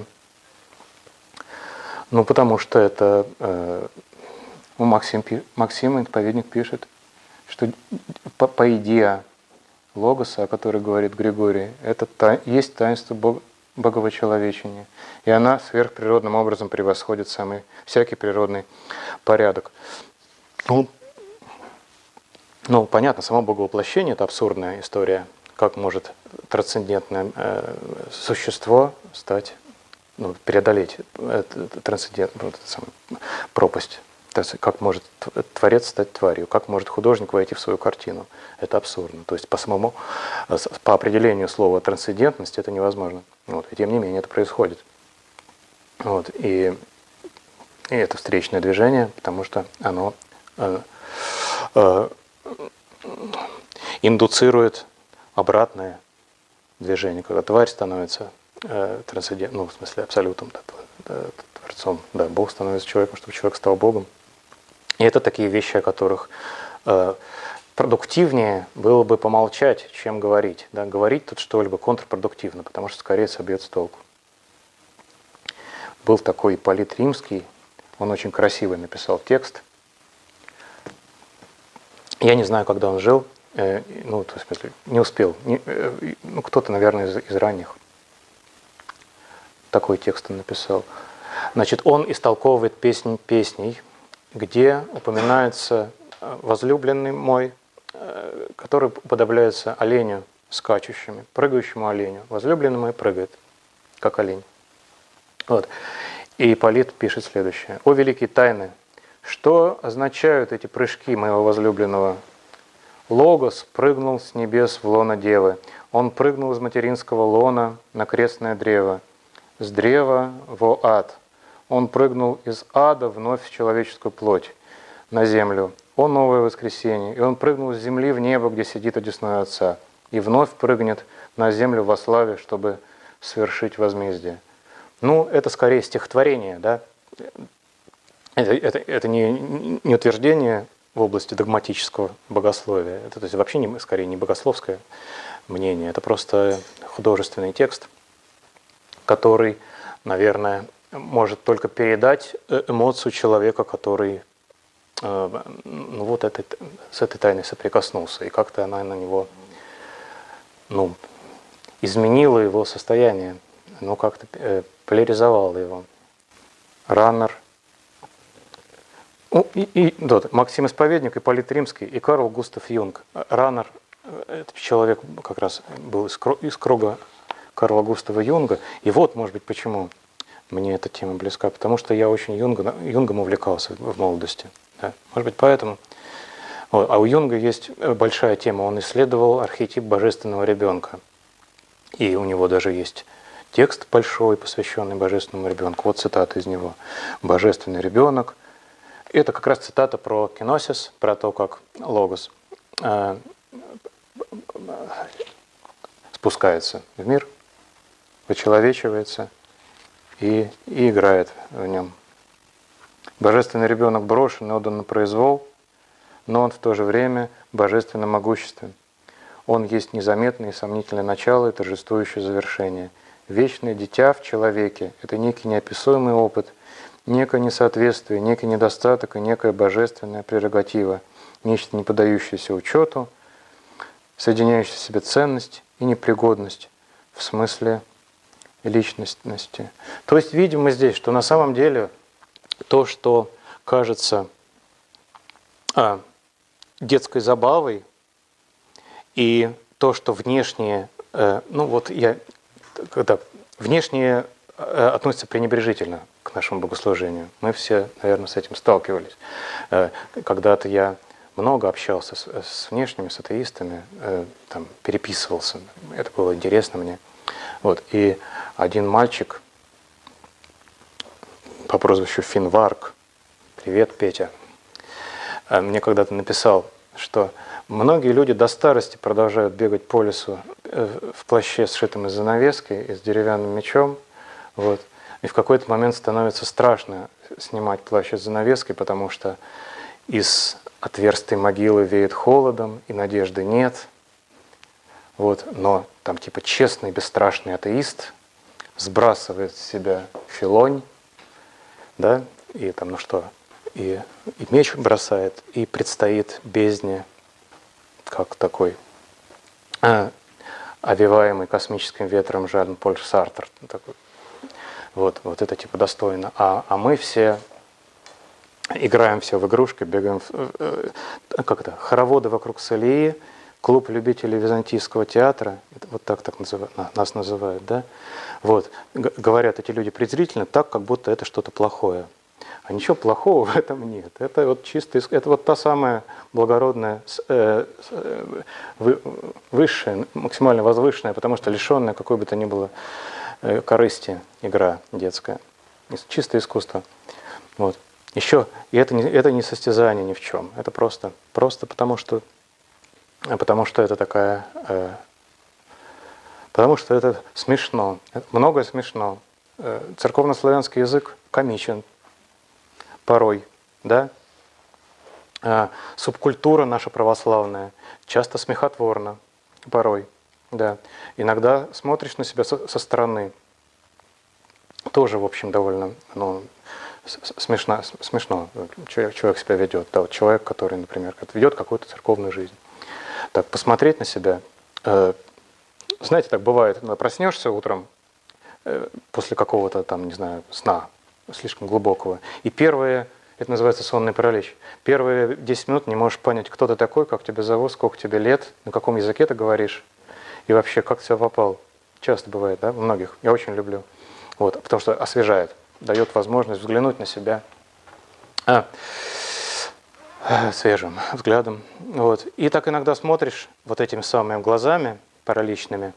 это Максим исповедник пишет, что поэдия Логоса, о которой говорит Григорий, это есть таинство боговочеловечения. И она сверхприродным образом превосходит всякий природный порядок. Понятно, само боговоплощение – это абсурдная история. Как может трансцендентное существо преодолеть трансцендентную пропасть? Как может творец стать тварью? Как может художник войти в свою картину? Это абсурдно. То есть по определению слова трансцендентность это невозможно. Вот. И тем не менее это происходит. Вот. И это встречное движение, потому что оно индуцирует обратное движение, когда тварь становится трансцендентным, в смысле абсолютом, творцом. Да, Бог становится человеком, чтобы человек стал Богом. И это такие вещи, о которых продуктивнее было бы помолчать, чем говорить. Да? Говорить тут что-либо контрпродуктивно, потому что скорее собьет с толку. Был такой Ипполит Римский, он очень красиво написал текст. Я не знаю, когда он жил, в смысле, не успел. Кто-то, наверное, из ранних. Такой текст он написал. Значит, он истолковывает песнь песней, где упоминается возлюбленный мой, который уподобляется оленю скачущему, прыгающему оленю. Возлюбленный мой прыгает, как олень. Вот. И Ипполит пишет следующее. «О великие тайны! Что означают эти прыжки моего возлюбленного? Логос прыгнул с небес в лоно девы. Он прыгнул из материнского лона на крестное древо. С древа во ад. Он прыгнул из ада вновь в человеческую плоть, на землю. О новое воскресенье! И он прыгнул с земли в небо, где сидит одесную Отца. И вновь прыгнет на землю во славе, чтобы свершить возмездие». Это скорее стихотворение, да? Это не утверждение в области догматического богословия. Это то есть, вообще скорее не богословское мнение. Это просто художественный текст, который, наверное, может только передать эмоцию человека, который с этой тайной соприкоснулся. И как-то она на него изменила его состояние, как-то поляризовала его. Раннер. Максим Исповедник, Ипполит Римский и Карл Густав Юнг. Раннер, этот человек как раз был из круга Карла Густава Юнга. И вот, может быть, почему мне эта тема близка. Потому что я очень Юнгом увлекался в молодости. Да? Может быть, поэтому. А у Юнга есть большая тема. Он исследовал архетип божественного ребенка. И у него даже есть текст большой, посвященный божественному ребенку. Вот цитата из него. «Божественный ребенок». Это как раз цитата про кеносис, про то, как Логос спускается в мир, вычеловечивается и играет в нем. Божественный ребенок брошен и отдан на произвол, но он в то же время божественно могуществен. Он есть незаметное и сомнительное начало и торжествующее завершение. вечное дитя в человеке. Это некий неописуемый опыт, некое несоответствие, некий недостаток и некая божественная прерогатива, нечто не поддающееся учету, соединяющее в себе ценность и непригодность в смысле личностности. То есть видим мы здесь, что на самом деле то, что кажется детской забавой, и то, что внешнее, когда внешнее относится пренебрежительно к нашему богослужению. Мы все, наверное, с этим сталкивались. Когда-то я много общался с внешними, с атеистами, там, переписывался. Это было интересно мне. Вот. И один мальчик по прозвищу Финварк, привет, Петя, мне когда-то написал, что многие люди до старости продолжают бегать по лесу в плаще, сшитом из занавески и с деревянным мечом. Вот. И в какой-то момент становится страшно снимать плащ из занавески, потому что из отверстой могилы веет холодом, и надежды нет. Вот. Но там типа честный, бесстрашный атеист сбрасывает с себя филонь, да, и там, ну что, и меч бросает, и предстоит бездне, как такой овиваемый космическим ветром Жан-Поль Сартр. Такой. Вот это типа достойно. А мы все играем все в игрушки, бегаем, хороводы вокруг Салии, клуб любителей византийского театра, вот так нас называют, да? Вот. Говорят эти люди презрительно, так, как будто это что-то плохое. А ничего плохого в этом нет. Это вот чисто, это вот та самая благородная, высшая, максимально возвышенная, потому что лишенная какой бы то ни было корысти игра детская. Чистое искусство. Вот. Еще, и это не состязание ни в чем. Это просто потому что это такая... Потому что это смешно. Многое смешно. Церковнославянский язык комичен. Порой, да? Субкультура наша православная часто смехотворна, порой, да. Иногда смотришь на себя со стороны, тоже, в общем, довольно, смешно человек себя ведет. Да, вот человек, который, например, ведет какую-то церковную жизнь. Так, посмотреть на себя. Знаете, так бывает, проснешься утром после какого-то там, не знаю, сна, слишком глубокого. И первые, это называется сонный паралич, первые 10 минут не можешь понять, кто ты такой, как тебя зовут, сколько тебе лет, на каком языке ты говоришь, и вообще, как ты сюда попал. Часто бывает, да, у многих. Я очень люблю. Вот, потому что освежает, дает возможность взглянуть на себя свежим взглядом. Вот. И так иногда смотришь вот этими самыми глазами паралитическими,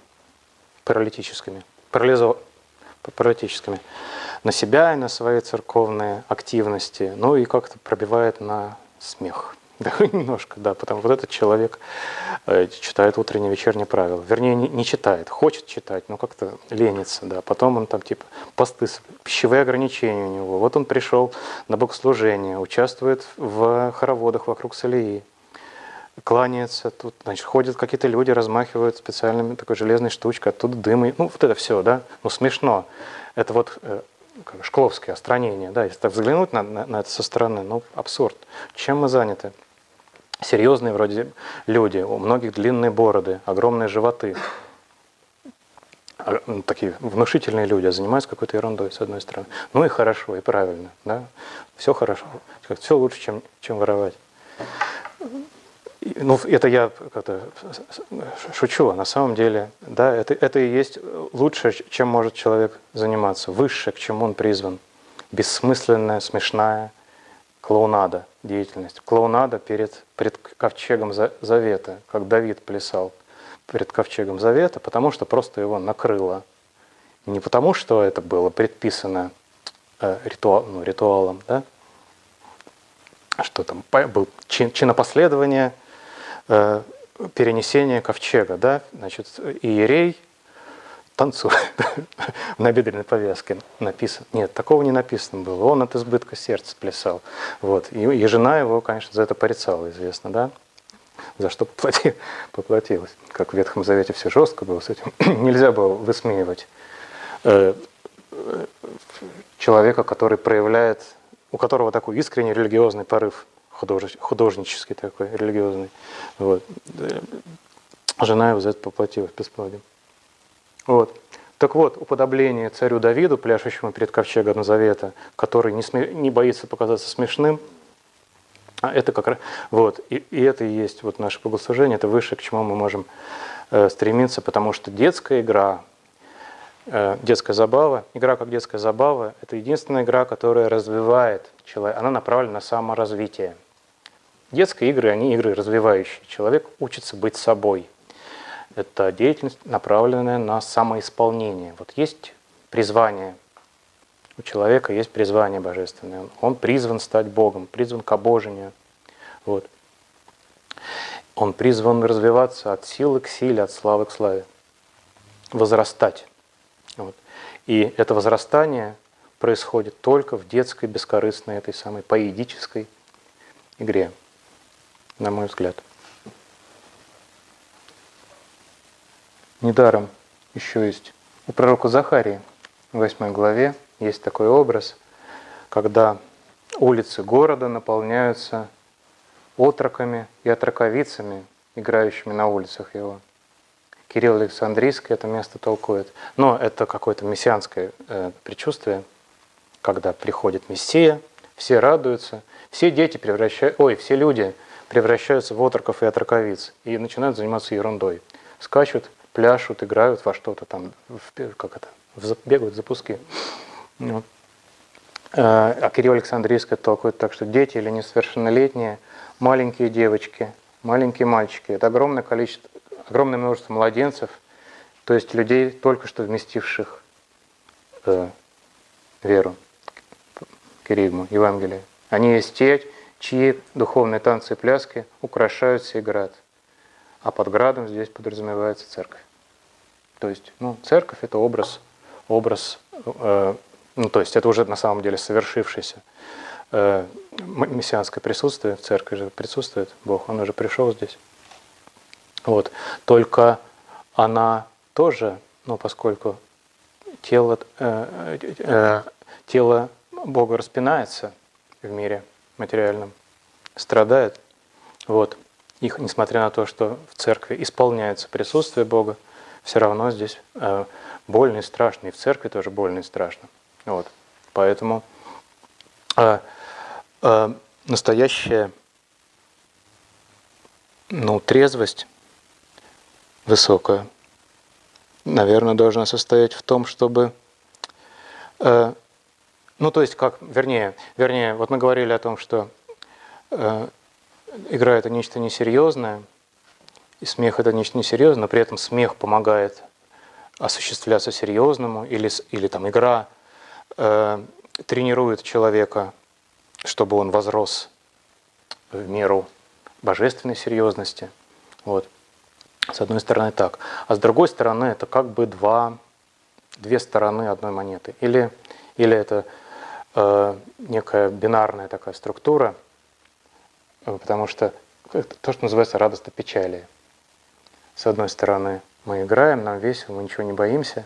на себя и на свои церковные активности, ну и как-то пробивает на смех. Да, немножко, да, потому что вот этот человек читает утреннее, вечернее правило. Вернее, не читает, хочет читать, но как-то ленится, да. Потом он там типа посты, пищевые ограничения у него. Вот он пришел на богослужение, участвует в хороводах вокруг Салии, кланяется, тут, значит, ходят какие-то люди, размахивают специальными такой железной штучкой, оттуда дым, и, ну, вот это все, да, ну, смешно. Это вот как шкловское остранение, да, если так взглянуть на это со стороны, ну, абсурд. Чем мы заняты? Серьезные вроде люди, у многих длинные бороды, огромные животы, такие внушительные люди, а занимаются какой-то ерундой, с одной стороны. Ну и хорошо, и правильно, да, все хорошо, все лучше, чем воровать. Ну, это я как-то шучу, а на самом деле, да, это и есть лучшее, чем может человек заниматься, высшее, к чему он призван. Бессмысленная, смешная клоунада, деятельность. Клоунада перед ковчегом завета, как Давид плясал перед ковчегом завета, потому что просто его накрыло. Не потому, что это было предписано ритуалом, да, что там был чинопоследование, перенесение ковчега, да, значит, иерей танцует в набедренной повязке написано. Нет, такого не написано было. Он от избытка сердца плясал. Вот. И жена его, конечно, за это порицала, известно, да, за что поплатилась. Как в Ветхом Завете все жестко было с этим. Нельзя было высмеивать человека, который проявляет, у которого такой искренний религиозный порыв, художнический такой, религиозный. Вот. Жена его за это поплатилась бесплодием. Вот. Так вот, уподобление царю Давиду, пляшущему перед ковчегом Завета, который не боится показаться смешным, это как раз, вот, и это и есть вот наше богослужение, это высшее, к чему мы можем стремиться, потому что детская игра, детская забава, игра как детская забава, это единственная игра, которая развивает человека, она направлена на саморазвитие. Детские игры, они игры развивающие. Человек учится быть собой. Это деятельность, направленная на самоисполнение. Вот есть призвание. У человека есть призвание божественное. Он призван стать Богом, призван к обожению. Вот. Он призван развиваться от силы к силе, от славы к славе. Возрастать. Вот. И это возрастание происходит только в детской, бескорыстной, этой самой поэдической игре, на мой взгляд. Недаром еще есть у пророка Захарии в 8 главе есть такой образ, когда улицы города наполняются отроками и отроковицами, играющими на улицах его. Кирилл Александрийский это место толкует. Но это какое-то мессианское предчувствие, когда приходит Мессия, все радуются, все дети все люди превращаются в отроков и отроковиц и начинают заниматься ерундой. Скачут, пляшут, играют во что-то там, бегают в запуски. Вот. А Кирилл Александрийский толкует так, что дети или несовершеннолетние, маленькие девочки, маленькие мальчики, это огромное количество, огромное множество младенцев, то есть людей, только что вместивших веру, керигму, Евангелие. Они есть те, чьи духовные танцы и пляски украшают сей град. А под градом здесь подразумевается церковь. То есть, церковь это образ, то есть это уже на самом деле совершившееся мессианское присутствие, в церкви же присутствует Бог, Он уже пришел здесь. Вот. Только она тоже, поскольку тело Бога распинается в мире материальном, страдает, вот. Их, несмотря на то, что в церкви исполняется присутствие Бога, все равно здесь больно и страшно, и в церкви тоже больно и страшно. Вот. Поэтому настоящая трезвость высокая, наверное, должна состоять в том, чтобы... вот мы говорили о том, что игра – это нечто несерьезное, и смех – это нечто несерьезное, но при этом смех помогает осуществляться серьезному, или там игра тренирует человека, чтобы он возрос в меру божественной серьезности. Вот. С одной стороны так. А с другой стороны это как бы две стороны одной монеты. Или это некая бинарная такая структура, потому что то, что называется радостно-печалие. С одной стороны мы играем, нам весело, мы ничего не боимся,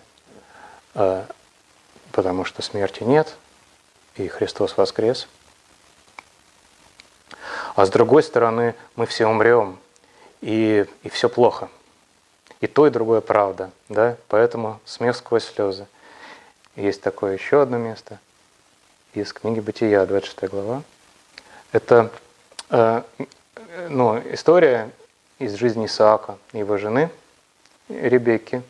потому что смерти нет, и Христос воскрес. А с другой стороны мы все умрем, и все плохо. И то, и другое правда. Да? Поэтому смех сквозь слезы. Есть такое еще одно место из книги Бытия, 26 глава. Это история из жизни Исаака и его жены Ребекки,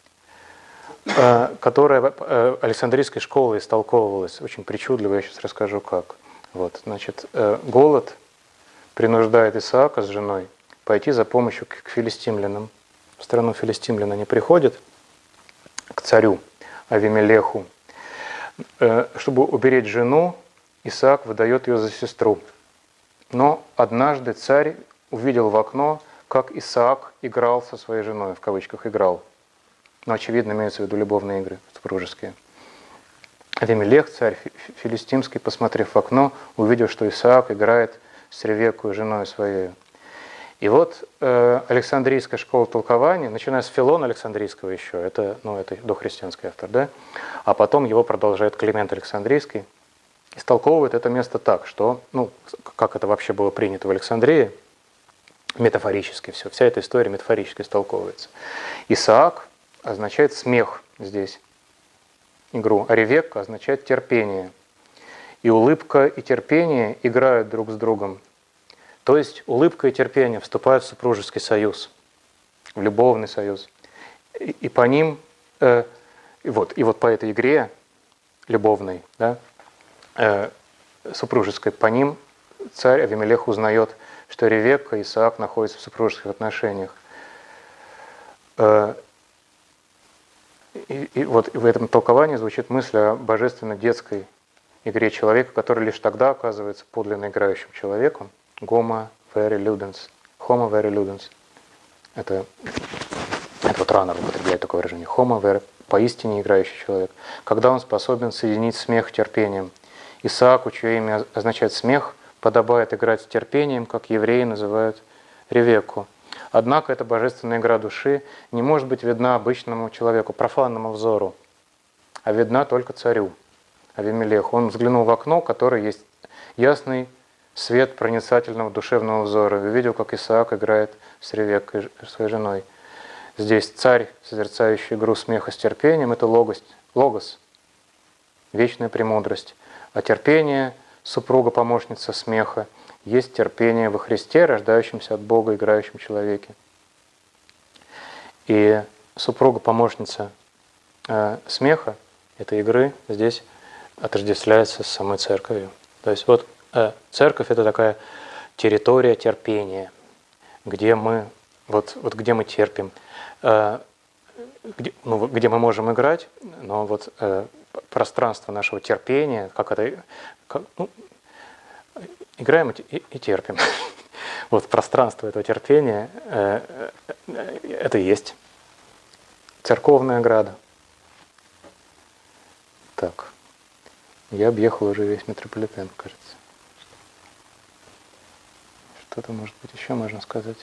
которая Александрийской школой истолковывалась очень причудливо, я сейчас расскажу как. Вот, значит, голод принуждает Исаака с женой пойти за помощью к филистимлянам. В страну филистимлян они приходят к царю Авимелеху. Чтобы уберечь жену, Исаак выдает ее за сестру. Но однажды царь увидел в окно, как Исаак играл со своей женой, в кавычках «играл». Но, очевидно, имеются в виду любовные игры супружеские. Авимелех, царь филистимский, посмотрев в окно, увидел, что Исаак играет с Ревеккой, женой своей. И вот Александрийская школа толкования, начиная с Филона Александрийского еще, это дохристианский автор, да, а потом его продолжает Климент Александрийский, истолковывает это место так, что, как это вообще было принято в Александрии, метафорически все, вся эта история метафорически истолковывается. Исаак означает смех здесь, игру, а Ревекка означает терпение. И улыбка и терпение играют друг с другом. То есть улыбка и терпение вступают в супружеский союз, в любовный союз. И по ним, и вот по этой игре любовной, да, супружеской, по ним царь Авимелех узнает, что Ревекка и Исаак находятся в супружеских отношениях. И вот в этом толковании звучит мысль о божественно-детской игре человека, который лишь тогда оказывается подлинно играющим человеком. Homo vere ludens. Homo vere ludens. Это вот Раннер употребляет такое выражение. Homo vere, поистине играющий человек. Когда он способен соединить смех с терпением. Исааку, чье имя означает смех, подобает играть с терпением, как евреи называют Ревекку. Однако эта божественная игра души не может быть видна обычному человеку, профанному взору, а видна только царю Авимелеху. Он взглянул в окно, в которое есть ясный свет проницательного душевного взора, и увидел, как Исаак играет с Ревеккой, своей женой. Здесь царь, созерцающий игру смеха с терпением, это логос, вечная премудрость. А терпение, супруга-помощница смеха, есть терпение во Христе, рождающемся от Бога, играющем человеке. И супруга-помощница смеха, этой игры, здесь отождествляется с самой церковью. То есть вот церковь – это такая территория терпения, где мы, где мы терпим, где мы можем играть, но вот пространство нашего терпения, играем и терпим. Вот пространство этого терпения это и есть церковная ограда. Так, я объехал уже весь метрополитен, кажется. Что-то, может быть, еще можно сказать.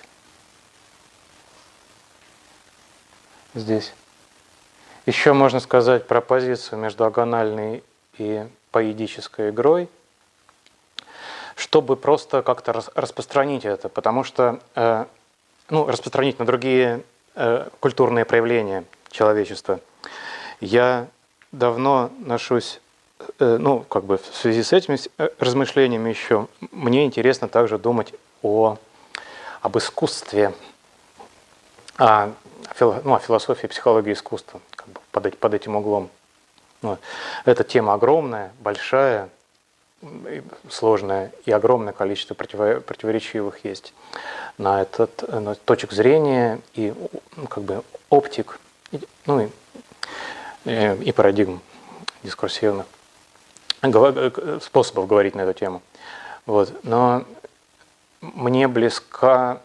Здесь. Еще можно сказать про позицию между агональной и поэдической игрой, чтобы просто как-то распространить это, потому что, распространить на другие культурные проявления человечества. Я давно ношусь, в связи с этими размышлениями еще, мне интересно также думать об искусстве, о философии и психологии искусства, под этим углом. Эта тема огромная, большая, сложная, и огромное количество противоречивых есть на точек зрения и оптик, и парадигм дискурсивных, способов говорить на эту тему. Но мне близок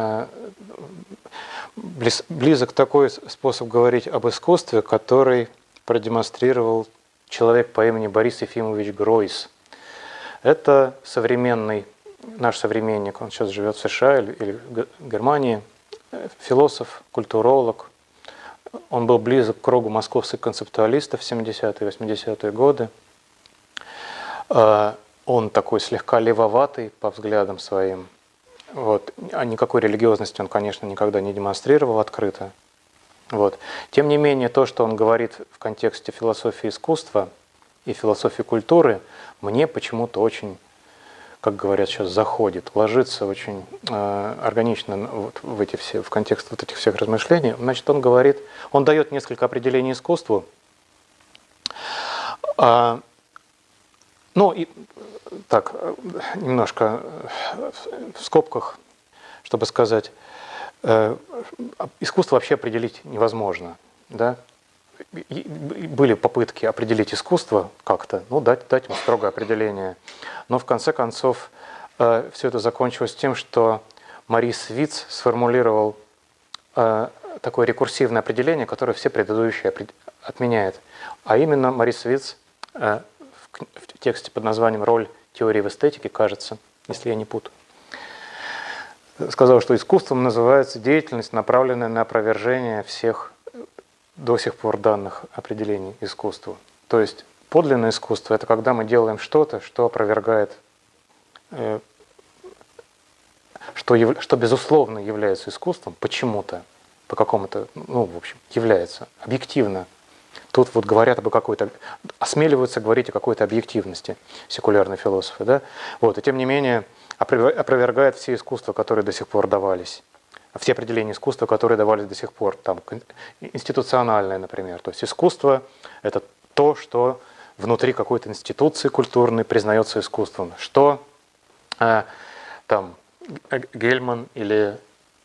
такой способ говорить об искусстве, который продемонстрировал человек по имени Борис Ефимович Гройс. Это наш современник, он сейчас живет в США или Германии, философ, культуролог. Он был близок к кругу московских концептуалистов в 70-е и 80-е годы. Он такой слегка левоватый по взглядам своим. А никакой религиозности он, конечно, никогда не демонстрировал открыто. Тем не менее, то, что он говорит в контексте философии искусства и философии культуры, мне почему-то очень, как говорят сейчас, заходит, ложится очень органично в контекст этих всех размышлений. Значит, он дает несколько определений искусству. Немножко в скобках, чтобы сказать, искусство вообще определить невозможно. Да? Были попытки определить искусство как-то, дать ему строгое определение. Но в конце концов все это закончилось тем, что Морис Виц сформулировал такое рекурсивное определение, которое все предыдущие отменяет. А именно Морис Виц в тексте под названием «Роль теории в эстетике», кажется, если я не путаю, сказал, что искусством называется деятельность, направленная на опровержение всех до сих пор данных определений искусству. То есть подлинное искусство – это когда мы делаем что-то, что опровергает, что безусловно является искусством почему-то, по какому-то, ну, в общем, является объективно. Тут вот говорят об какой-то, осмеливаются говорить о какой-то объективности секулярные философы, да? Вот, и тем не менее опровергает все искусства, которые до сих пор давались, все определения искусства, которые давались до сих пор, там, институциональное, например. То есть искусство – это то, что внутри какой-то институции культурной признается искусством, что там Гельман или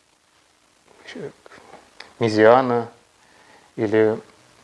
Мизиана или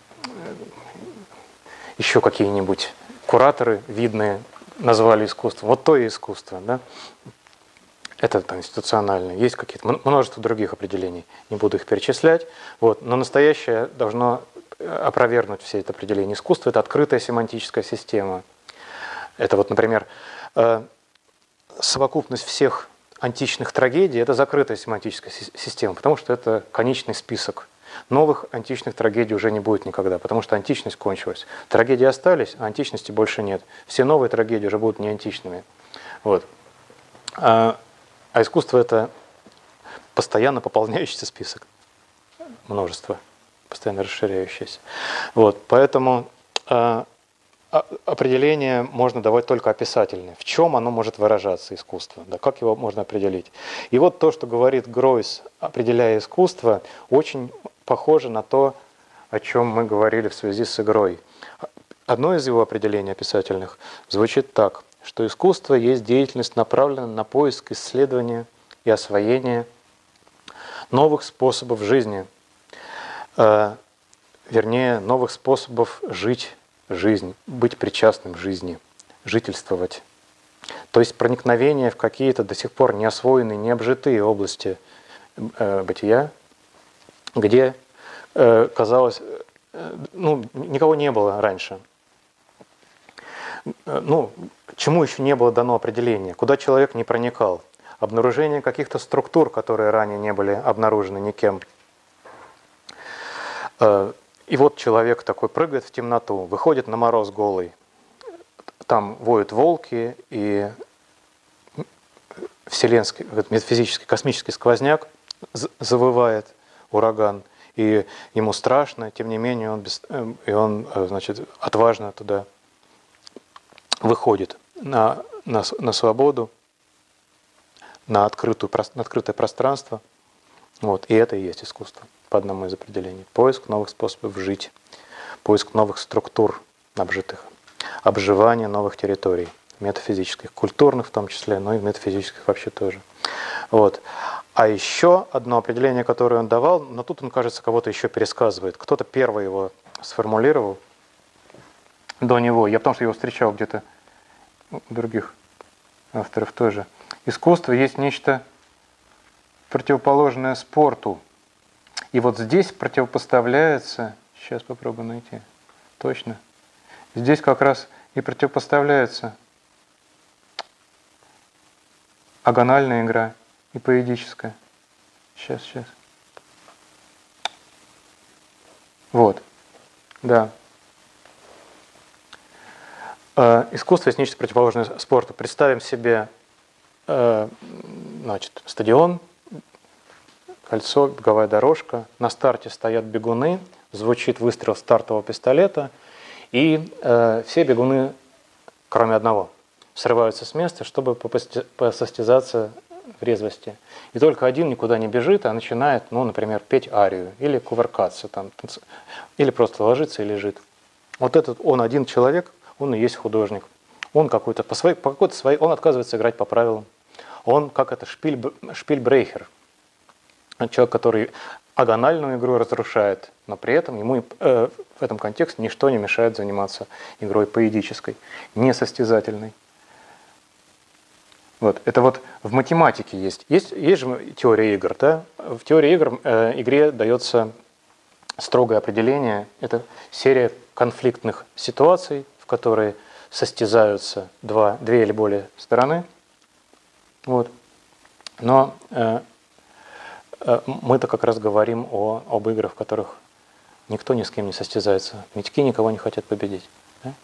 еще какие-нибудь кураторы видные назвали искусством. Вот то и искусство. Да? Это там институциональное. Есть какие-то множество других определений. Не буду их перечислять. Вот. Но настоящее должно опровергнуть все это определение. Искусство – это открытая семантическая система. Это вот, например, совокупность всех античных трагедий – это закрытая семантическая система, потому что это конечный список. Новых античных трагедий уже не будет никогда, потому что античность кончилась. Трагедии остались, а античности больше нет. Все новые трагедии уже будут не античными. Вот. А искусство – это постоянно пополняющийся список. Множество, постоянно расширяющееся. Вот. Поэтому определение можно давать только описательное. В чем оно может выражаться, искусство? Да, как его можно определить? И вот то, что говорит Гройс, определяя искусство, очень похоже на то, о чем мы говорили в связи с игрой. Одно из его определений описательных звучит так, что искусство есть деятельность, направленная на поиск, исследование и освоение новых способов жизни, вернее, новых способов жить жизнь, быть причастным к жизни, жительствовать. То есть проникновение в какие-то до сих пор не освоенные, не обжитые области бытия, где, казалось, ну, никого не было раньше. Ну, чему еще не было дано определение, куда человек не проникал. Обнаружение каких-то структур, которые ранее не были обнаружены никем. И вот человек такой прыгает в темноту, выходит на мороз голый. Там воют волки, и вселенский, метафизический, космический сквозняк завывает, ураган, и ему страшно, тем не менее он значит, отважно туда выходит на свободу, на открытое пространство. Вот, и это и есть искусство, по одному из определений. Поиск новых способов жить, поиск новых структур обжитых, обживание новых территорий, метафизических, культурных в том числе, но и метафизических вообще тоже. Вот. А еще одно определение, которое он давал, но тут он, кажется, кого-то еще пересказывает. Кто-то первый его сформулировал до него. Я потому что его встречал где-то у других авторов тоже. Искусство есть нечто противоположное спорту. И вот здесь противопоставляется, сейчас попробую найти, точно, здесь как раз и противопоставляется агональная игра и поэтическая. Сейчас. Вот, да. Искусство есть нечто противоположное спорту. Представим себе, значит, стадион, кольцо, беговая дорожка. На старте стоят бегуны, звучит выстрел стартового пистолета, и все бегуны, кроме одного, срываются с места, чтобы посостязаться в резвости. И только один никуда не бежит, а начинает, ну, например, петь арию, или кувыркаться, там, или просто ложится и лежит. Вот этот, он один человек, он и есть художник. Он какой-то он отказывается играть по правилам. Он как это шпильбрейхер. Человек, который агональную игру разрушает, но при этом ему в этом контексте ничто не мешает заниматься игрой поэтической, несостязательной. Вот. Это вот в математике есть. Есть же теория игр. Да? В теории игр игре дается строгое определение. Это серия конфликтных ситуаций, в которые состязаются две или более стороны. Вот. Но мы-то как раз говорим об играх, в которых никто ни с кем не состязается. Мечки никого не хотят победить. Да?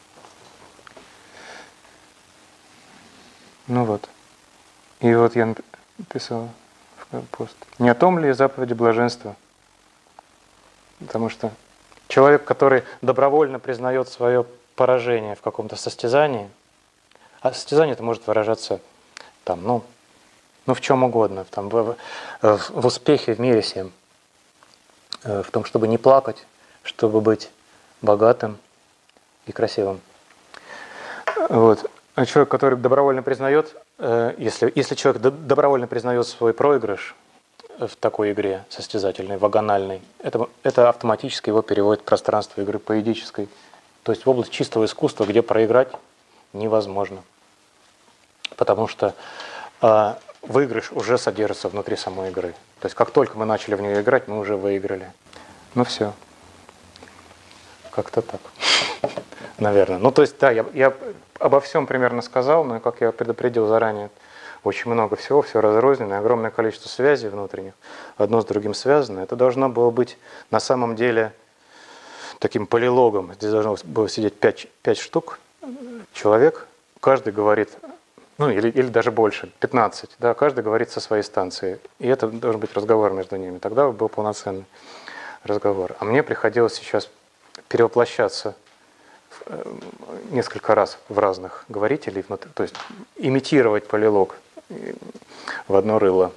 Ну вот. И вот я написал в пост. Не о том ли заповеди блаженства? Потому что человек, который добровольно признает свое поражение в каком-то состязании, а состязание это может выражаться там, ну в чем угодно, там, в успехе в мире всем, в том, чтобы не плакать, чтобы быть богатым и красивым. Вот. А человек, который добровольно признает, если человек добровольно признает свой проигрыш в такой игре состязательной, вагональной, это автоматически его переводит в пространство игры поэтической, то есть в область чистого искусства, где проиграть невозможно. Потому что выигрыш уже содержится внутри самой игры. То есть как только мы начали в нее играть, мы уже выиграли. Ну все. Как-то так. Наверное. Ну то есть да, я обо всем примерно сказал, но как я предупредил заранее, очень много всего, все разрознено, огромное количество связей внутренних, одно с другим связано. Это должно было быть на самом деле таким полилогом. Здесь должно было сидеть 5 штук человек, каждый говорит, ну или даже больше, 15, да, каждый говорит со своей станции. И это должен быть разговор между ними. Тогда был полноценный разговор. А мне приходилось сейчас перевоплощаться несколько раз в разных говорителей, то есть имитировать полилог в одно рыло.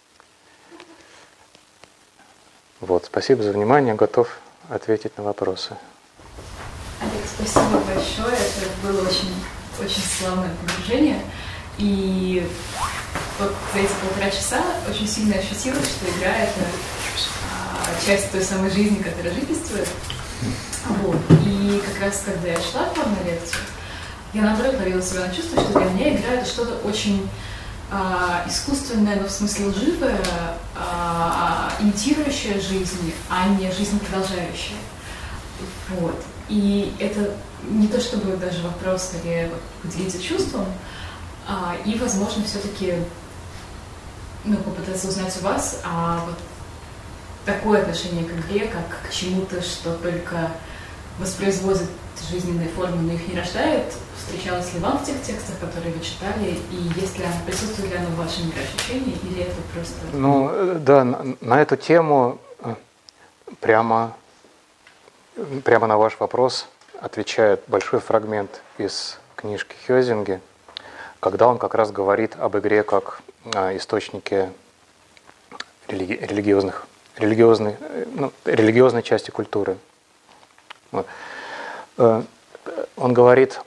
Вот, спасибо за внимание, готов ответить на вопросы. Олег, спасибо большое, это было очень, очень славное погружение. И вот за эти 1,5 часа очень сильно ощутилось, что игра — это часть той самой жизни, которая жительствует. Вот. И как раз когда я шла к вам на лекцию, я наоборот ловила себя на чувство, что для меня игра — это что-то очень искусственное, но в смысле лживое, имитирующее жизнь, а не жизнь продолжающая. Вот. И это не то чтобы даже вопрос, скорее поделиться чувством, и, возможно, все-таки попытаться узнать у вас вот такое отношение к игре, как к чему-то, что только воспроизводит жизненные формы, но их не рождает. Встречалось ли вам в тех текстах, которые вы читали, и есть ли оно, присутствует ли оно в вашем мироощущении, или это просто... Ну, да, на эту тему прямо на ваш вопрос отвечает большой фрагмент из книжки Хёзинге, когда он как раз говорит об игре как источнике религиозной части культуры. Вот. Он говорит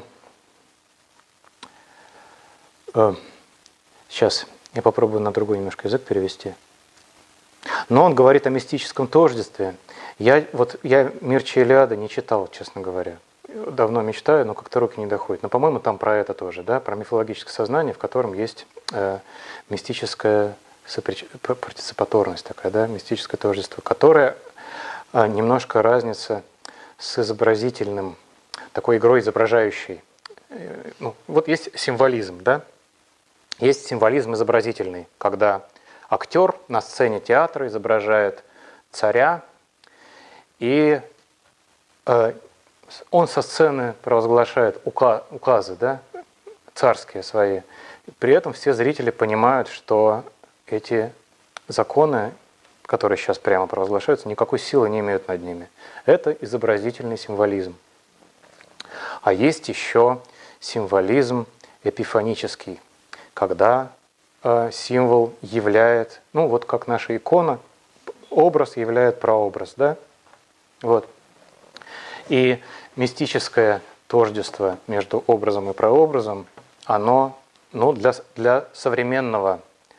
сейчас я попробую на другой немножко язык перевести. Но он говорит о мистическом тождестве. Я «Мир Илиады» не читал, честно говоря. Давно мечтаю, но как-то руки не доходят. Но, по-моему, там про это тоже, да, про мифологическое сознание, в котором есть мистическая партиципаторность такая, да, мистическое тождество, которое немножко разница с изобразительным, такой игрой изображающей. Вот есть символизм, да? Есть символизм изобразительный, когда актер на сцене театра изображает царя, и он со сцены провозглашает указы, да, царские свои. При этом все зрители понимают, что эти законы, которые сейчас прямо провозглашаются, никакой силы не имеют над ними. Это изобразительный символизм. А есть еще символизм эпифанический, когда символ являет, вот как наша икона, образ являет прообраз, да? Вот. И мистическое тождество между образом и прообразом, оно для современного,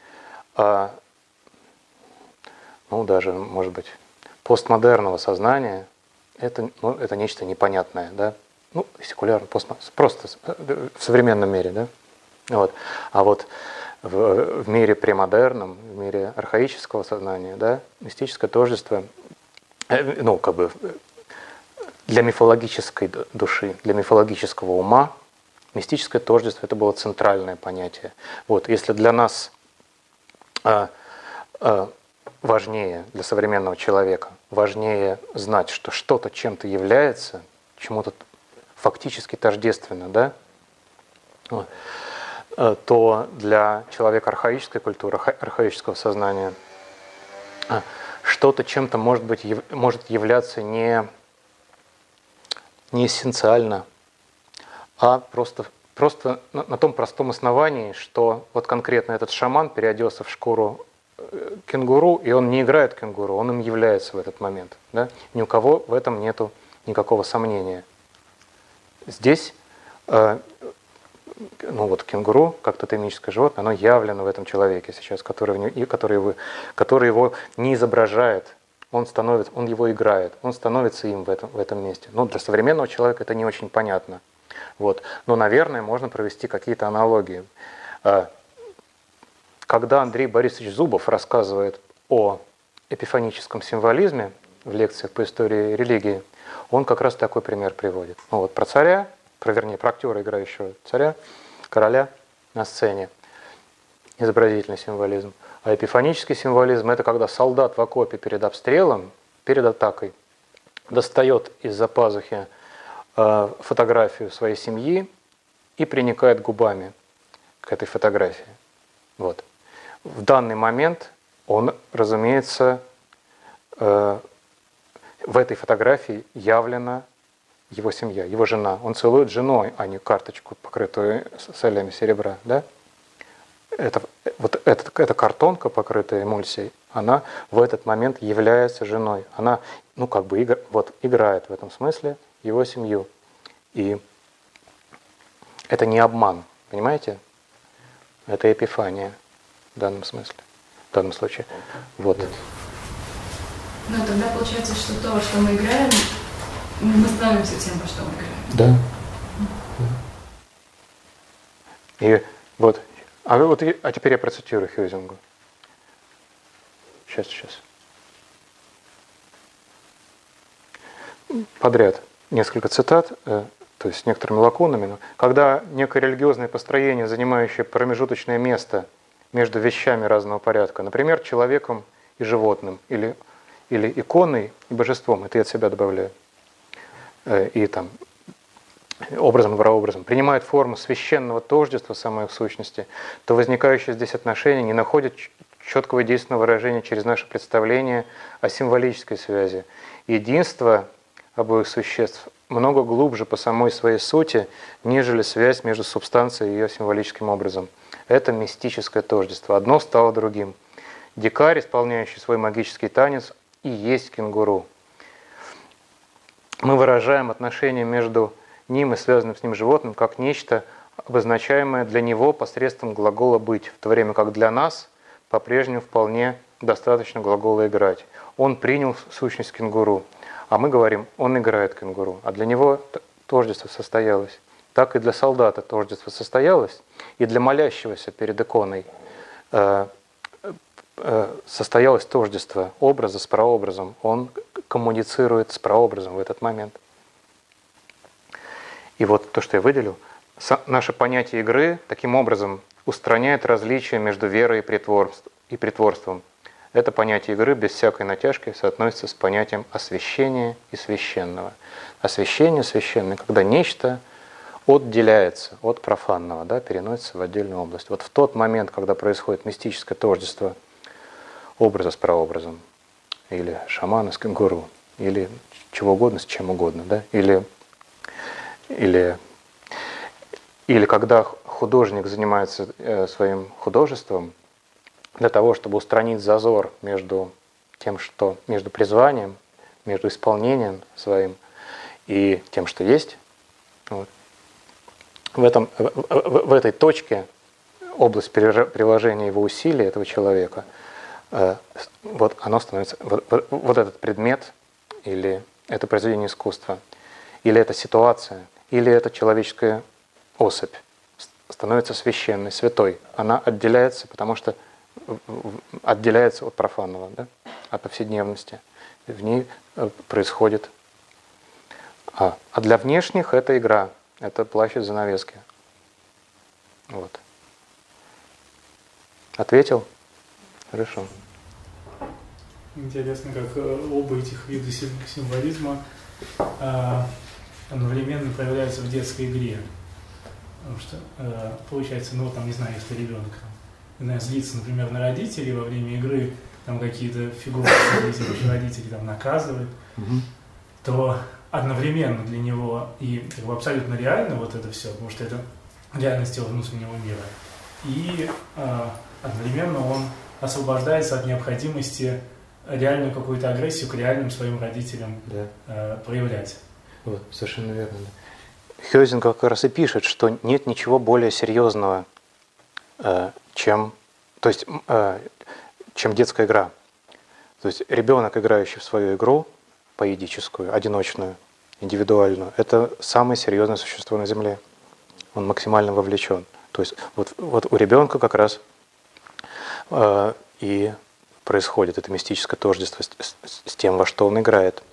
даже, может быть, постмодерного сознания, это нечто непонятное, да? Секулярно, просто в современном мире, да? Вот. А вот в мире премодерном, в мире архаического сознания, да, мистическое тождество, для мифологической души, для мифологического ума, мистическое тождество — это было центральное понятие. Вот, если для нас важнее для современного человека, важнее знать, что что-то чем-то является, чему-то фактически тождественно, да? То для человека архаической культуры, архаического сознания, что-то чем-то может являться не эссенциально, а просто на том простом основании, что вот конкретно этот шаман переоделся в шкуру кенгуру, и он не играет кенгуру, он им является в этот момент. Да? Ни у кого в этом нету никакого сомнения. Здесь кенгуру, как тотемическое животное, оно явлено в этом человеке сейчас, который его не изображает, он его играет, он становится им в этом месте. Но для современного человека это не очень понятно. Вот. Но, наверное, можно провести какие-то аналогии. Когда Андрей Борисович Зубов рассказывает о эпифаническом символизме в лекциях по истории религии, он как раз такой пример приводит. Про царя, про актера, играющего царя, короля на сцене. Изобразительный символизм. А эпифанический символизм – это когда солдат в окопе перед обстрелом, перед атакой, достает из-за пазухи фотографию своей семьи и приникает губами к этой фотографии. Вот. В данный момент он, разумеется, в этой фотографии явлена его семья, его жена. Он целует женой, а не карточку, покрытую солями серебра. Да? Эта картонка, покрытая эмульсией, она в этот момент является женой. Она играет в этом смысле его семью. И это не обман, понимаете? Это эпифания в данном смысле, в данном случае. Вот. Но тогда получается, что то, что мы играем, мы становимся тем, во что мы играем. Да. И вот. А теперь я процитирую Хьюзингу. Сейчас. Подряд несколько цитат, то есть с некоторыми лаконами. Но когда некое религиозное построение, занимающее промежуточное место между вещами разного порядка, например, человеком и животным, или иконой и божеством, это я от себя добавляю, и там образом и прообразом, принимает форму священного тождества самой их сущности, то возникающие здесь отношения не находят четкого и действенного выражения через наше представление о символической связи. Единство обоих существ много глубже по самой своей сути, нежели связь между субстанцией и ее символическим образом. Это мистическое тождество. Одно стало другим. Дикарь, исполняющий свой магический танец, и есть кенгуру. Мы выражаем отношения между ним и связанным с ним животным как нечто, обозначаемое для него посредством глагола «быть», в то время как для нас по-прежнему вполне достаточно глагола «играть». Он принял сущность кенгуру, а мы говорим, он играет кенгуру, а для него тождество состоялось. Так и для солдата тождество состоялось, и для молящегося перед иконой состоялось тождество образа с прообразом. Он коммуницирует с прообразом в этот момент. И вот то, что я выделил, наше понятие игры таким образом устраняет различия между верой и притворством. Это понятие игры без всякой натяжки соотносится с понятием освящения и священного. Освящение священное, когда нечто отделяется от профанного, да, переносится в отдельную область. Вот в тот момент, когда происходит мистическое тождество образа с прообразом, или шамана с кенгуру, или чего угодно с чем угодно, да, или когда художник занимается своим художеством для того, чтобы устранить зазор между тем, что между призванием, между исполнением своим и тем, что есть. Вот. В этой точке область приложения его усилий этого человека, вот оно становится, вот этот предмет или это произведение искусства, или это ситуация, или это человеческая особь становится священной, святой. Она отделяется, потому что отделяется от профанного, да, от повседневности. В ней происходит. А для внешних это игра, это плащ из занавески. Вот. Ответил? Хорошо. Интересно, как оба этих вида символизма одновременно проявляются в детской игре. Потому что, получается, ну, там, не знаю, если ребенок, не знаю, злится, например, на родителей во время игры, там какие-то фигуры родителей там наказывают, то одновременно для него и как бы абсолютно реально вот это все, потому что это реальность его внутреннего мира. И одновременно он освобождается от необходимости реальную какую-то агрессию к реальным своим родителям проявлять. Вот, совершенно верно. Хёйзен как раз и пишет, что нет ничего более серьезного, чем детская игра. То есть ребенок, играющий в свою игру поэдическую, одиночную, индивидуальную, это самое серьезное существо на Земле. Он максимально вовлечен. То есть вот у ребенка как раз и происходит это мистическое тождество с тем, во что он играет.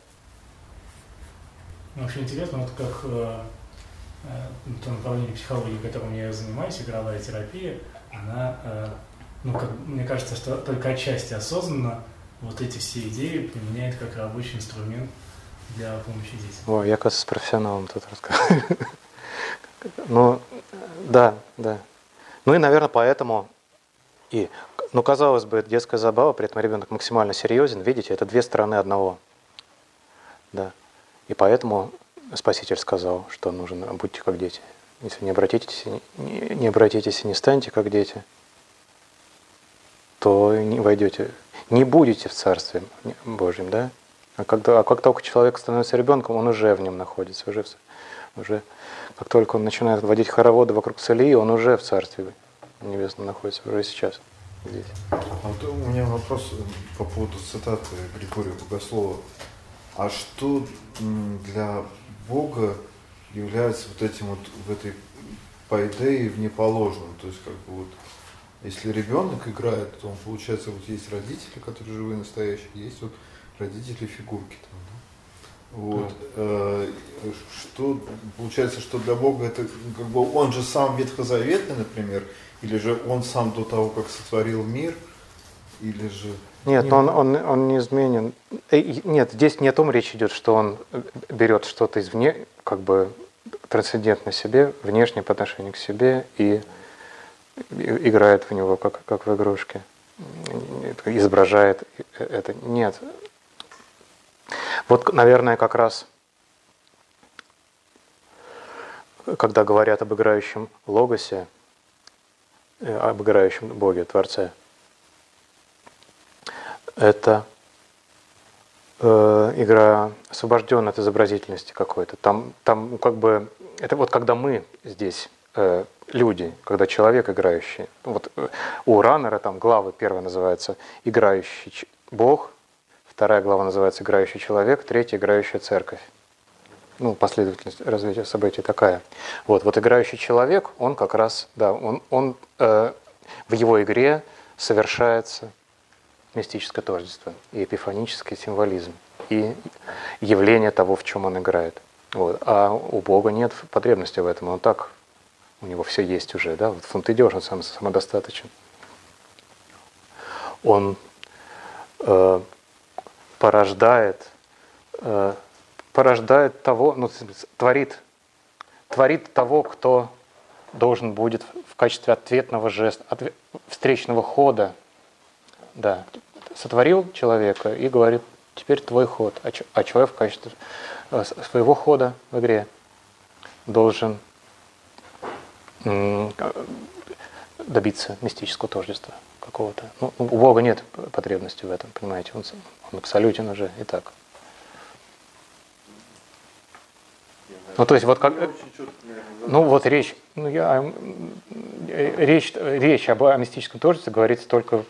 Очень интересно, вот как то направление психологии, которым я занимаюсь, игровая терапия, она, мне кажется, что только отчасти осознанно вот эти все идеи применяет как рабочий инструмент для помощи детям. Ой, я, кажется, с профессионалом тут рассказываю. Ну, да. Ну и, наверное, поэтому казалось бы, это детская забава, при этом ребенок максимально серьезен. Видите, это две стороны одного. Да. И поэтому Спаситель сказал, что нужно будьте как дети. Если не обратитесь и не станете как дети, то не войдете, не будете в Царстве Божьем, да? А как только человек становится ребенком, он уже в нем находится, уже как только он начинает водить хороводы вокруг Целии, он уже в Царстве Небесном находится, уже сейчас здесь. А вот у меня вопрос по поводу цитаты Григория Богослова. А что для Бога является вот этим вот в этой поэдее внеположным? То есть как бы вот если ребенок играет, то он, получается, вот есть родители, которые живые, настоящие, есть вот родители фигурки там, да? Вот. Что получается, что для Бога это как бы он же сам ветхозаветный, например, или же он сам до того, как сотворил мир, или же... Нет, он не изменен. Нет, здесь не о том речь идет, что он берет что-то извне, как бы трансцендентно себе, внешне по отношению к себе и играет в него, как в игрушке, изображает это. Нет. Вот, наверное, как раз, когда говорят об играющем логосе, об играющем Боге, Творце, это игра освобожденная от изобразительности какой-то. Там как бы, это вот когда мы здесь, люди, когда человек играющий. Вот у Раннера там главы первая называется «Играющий Бог», вторая глава называется «Играющий человек», третья «Играющая церковь». Ну, последовательность развития событий такая. Вот играющий человек, он как раз, да, он в его игре совершается мистическое тождество и эпифанический символизм, и явление того, в чем он играет. Вот. А у Бога нет потребности в этом, он так, у него все есть уже, да, вот фунт идешь, он самодостаточен. Он порождает того, творит того, кто должен будет в качестве ответного жеста, встречного хода, да, сотворил человека и говорит, теперь твой ход, а человек в качестве своего хода в игре должен добиться мистического тождества какого-то. Ну, у Бога нет потребности в этом, понимаете, он абсолютен уже и так. Ну, то есть, вот как... Ну, вот речь об мистическом тождестве говорится только,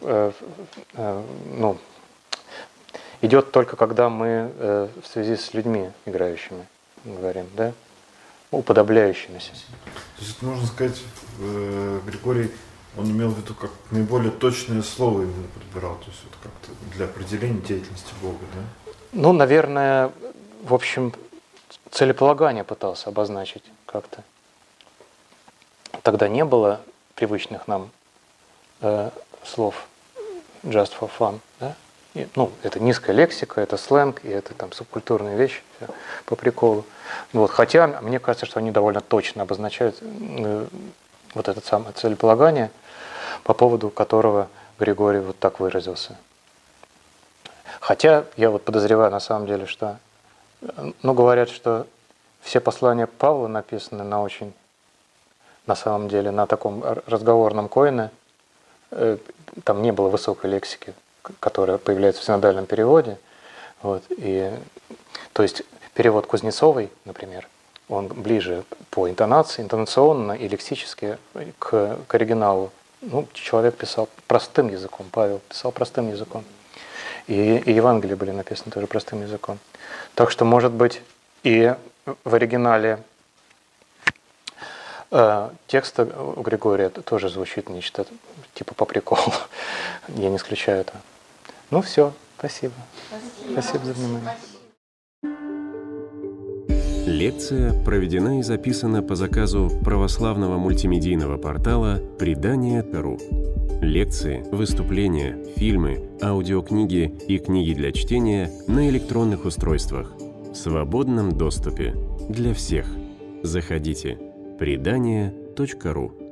идет только когда мы в связи с людьми играющими говорим, да, уподобляющимися. То есть, можно сказать, Григорий, он имел в виду как наиболее точное слово именно подбирал, то есть вот как-то для определения деятельности Бога, да? Ну, наверное, в общем, целеполагание пытался обозначить как-то. Тогда не было привычных нам слов just for fun. Да? И, ну, это низкая лексика, это сленг, и это там субкультурные вещи по приколу. Вот. Хотя мне кажется, что они довольно точно обозначают вот это самое целеполагание, по поводу которого Григорий вот так выразился. Хотя я вот подозреваю на самом деле, что, ну, говорят, что все послания Павла написаны на очень, на самом деле, на таком разговорном коине. Там не было высокой лексики, которая появляется в синодальном переводе. Вот. И, то есть перевод Кузнецовой, например, он ближе по интонации, интонационно и лексически к оригиналу. Ну, человек писал простым языком, Павел писал простым языком. И Евангелия были написаны тоже простым языком. Так что, может быть, и в оригинале текста у Григория тоже звучит нечто типа по приколу. Я не исключаю это. Ну все, спасибо. Спасибо за внимание. Лекция проведена и записана по заказу православного мультимедийного портала «Предание.ру». Лекции, выступления, фильмы, аудиокниги и книги для чтения на электронных устройствах в свободном доступе для всех. Заходите. Предание.ру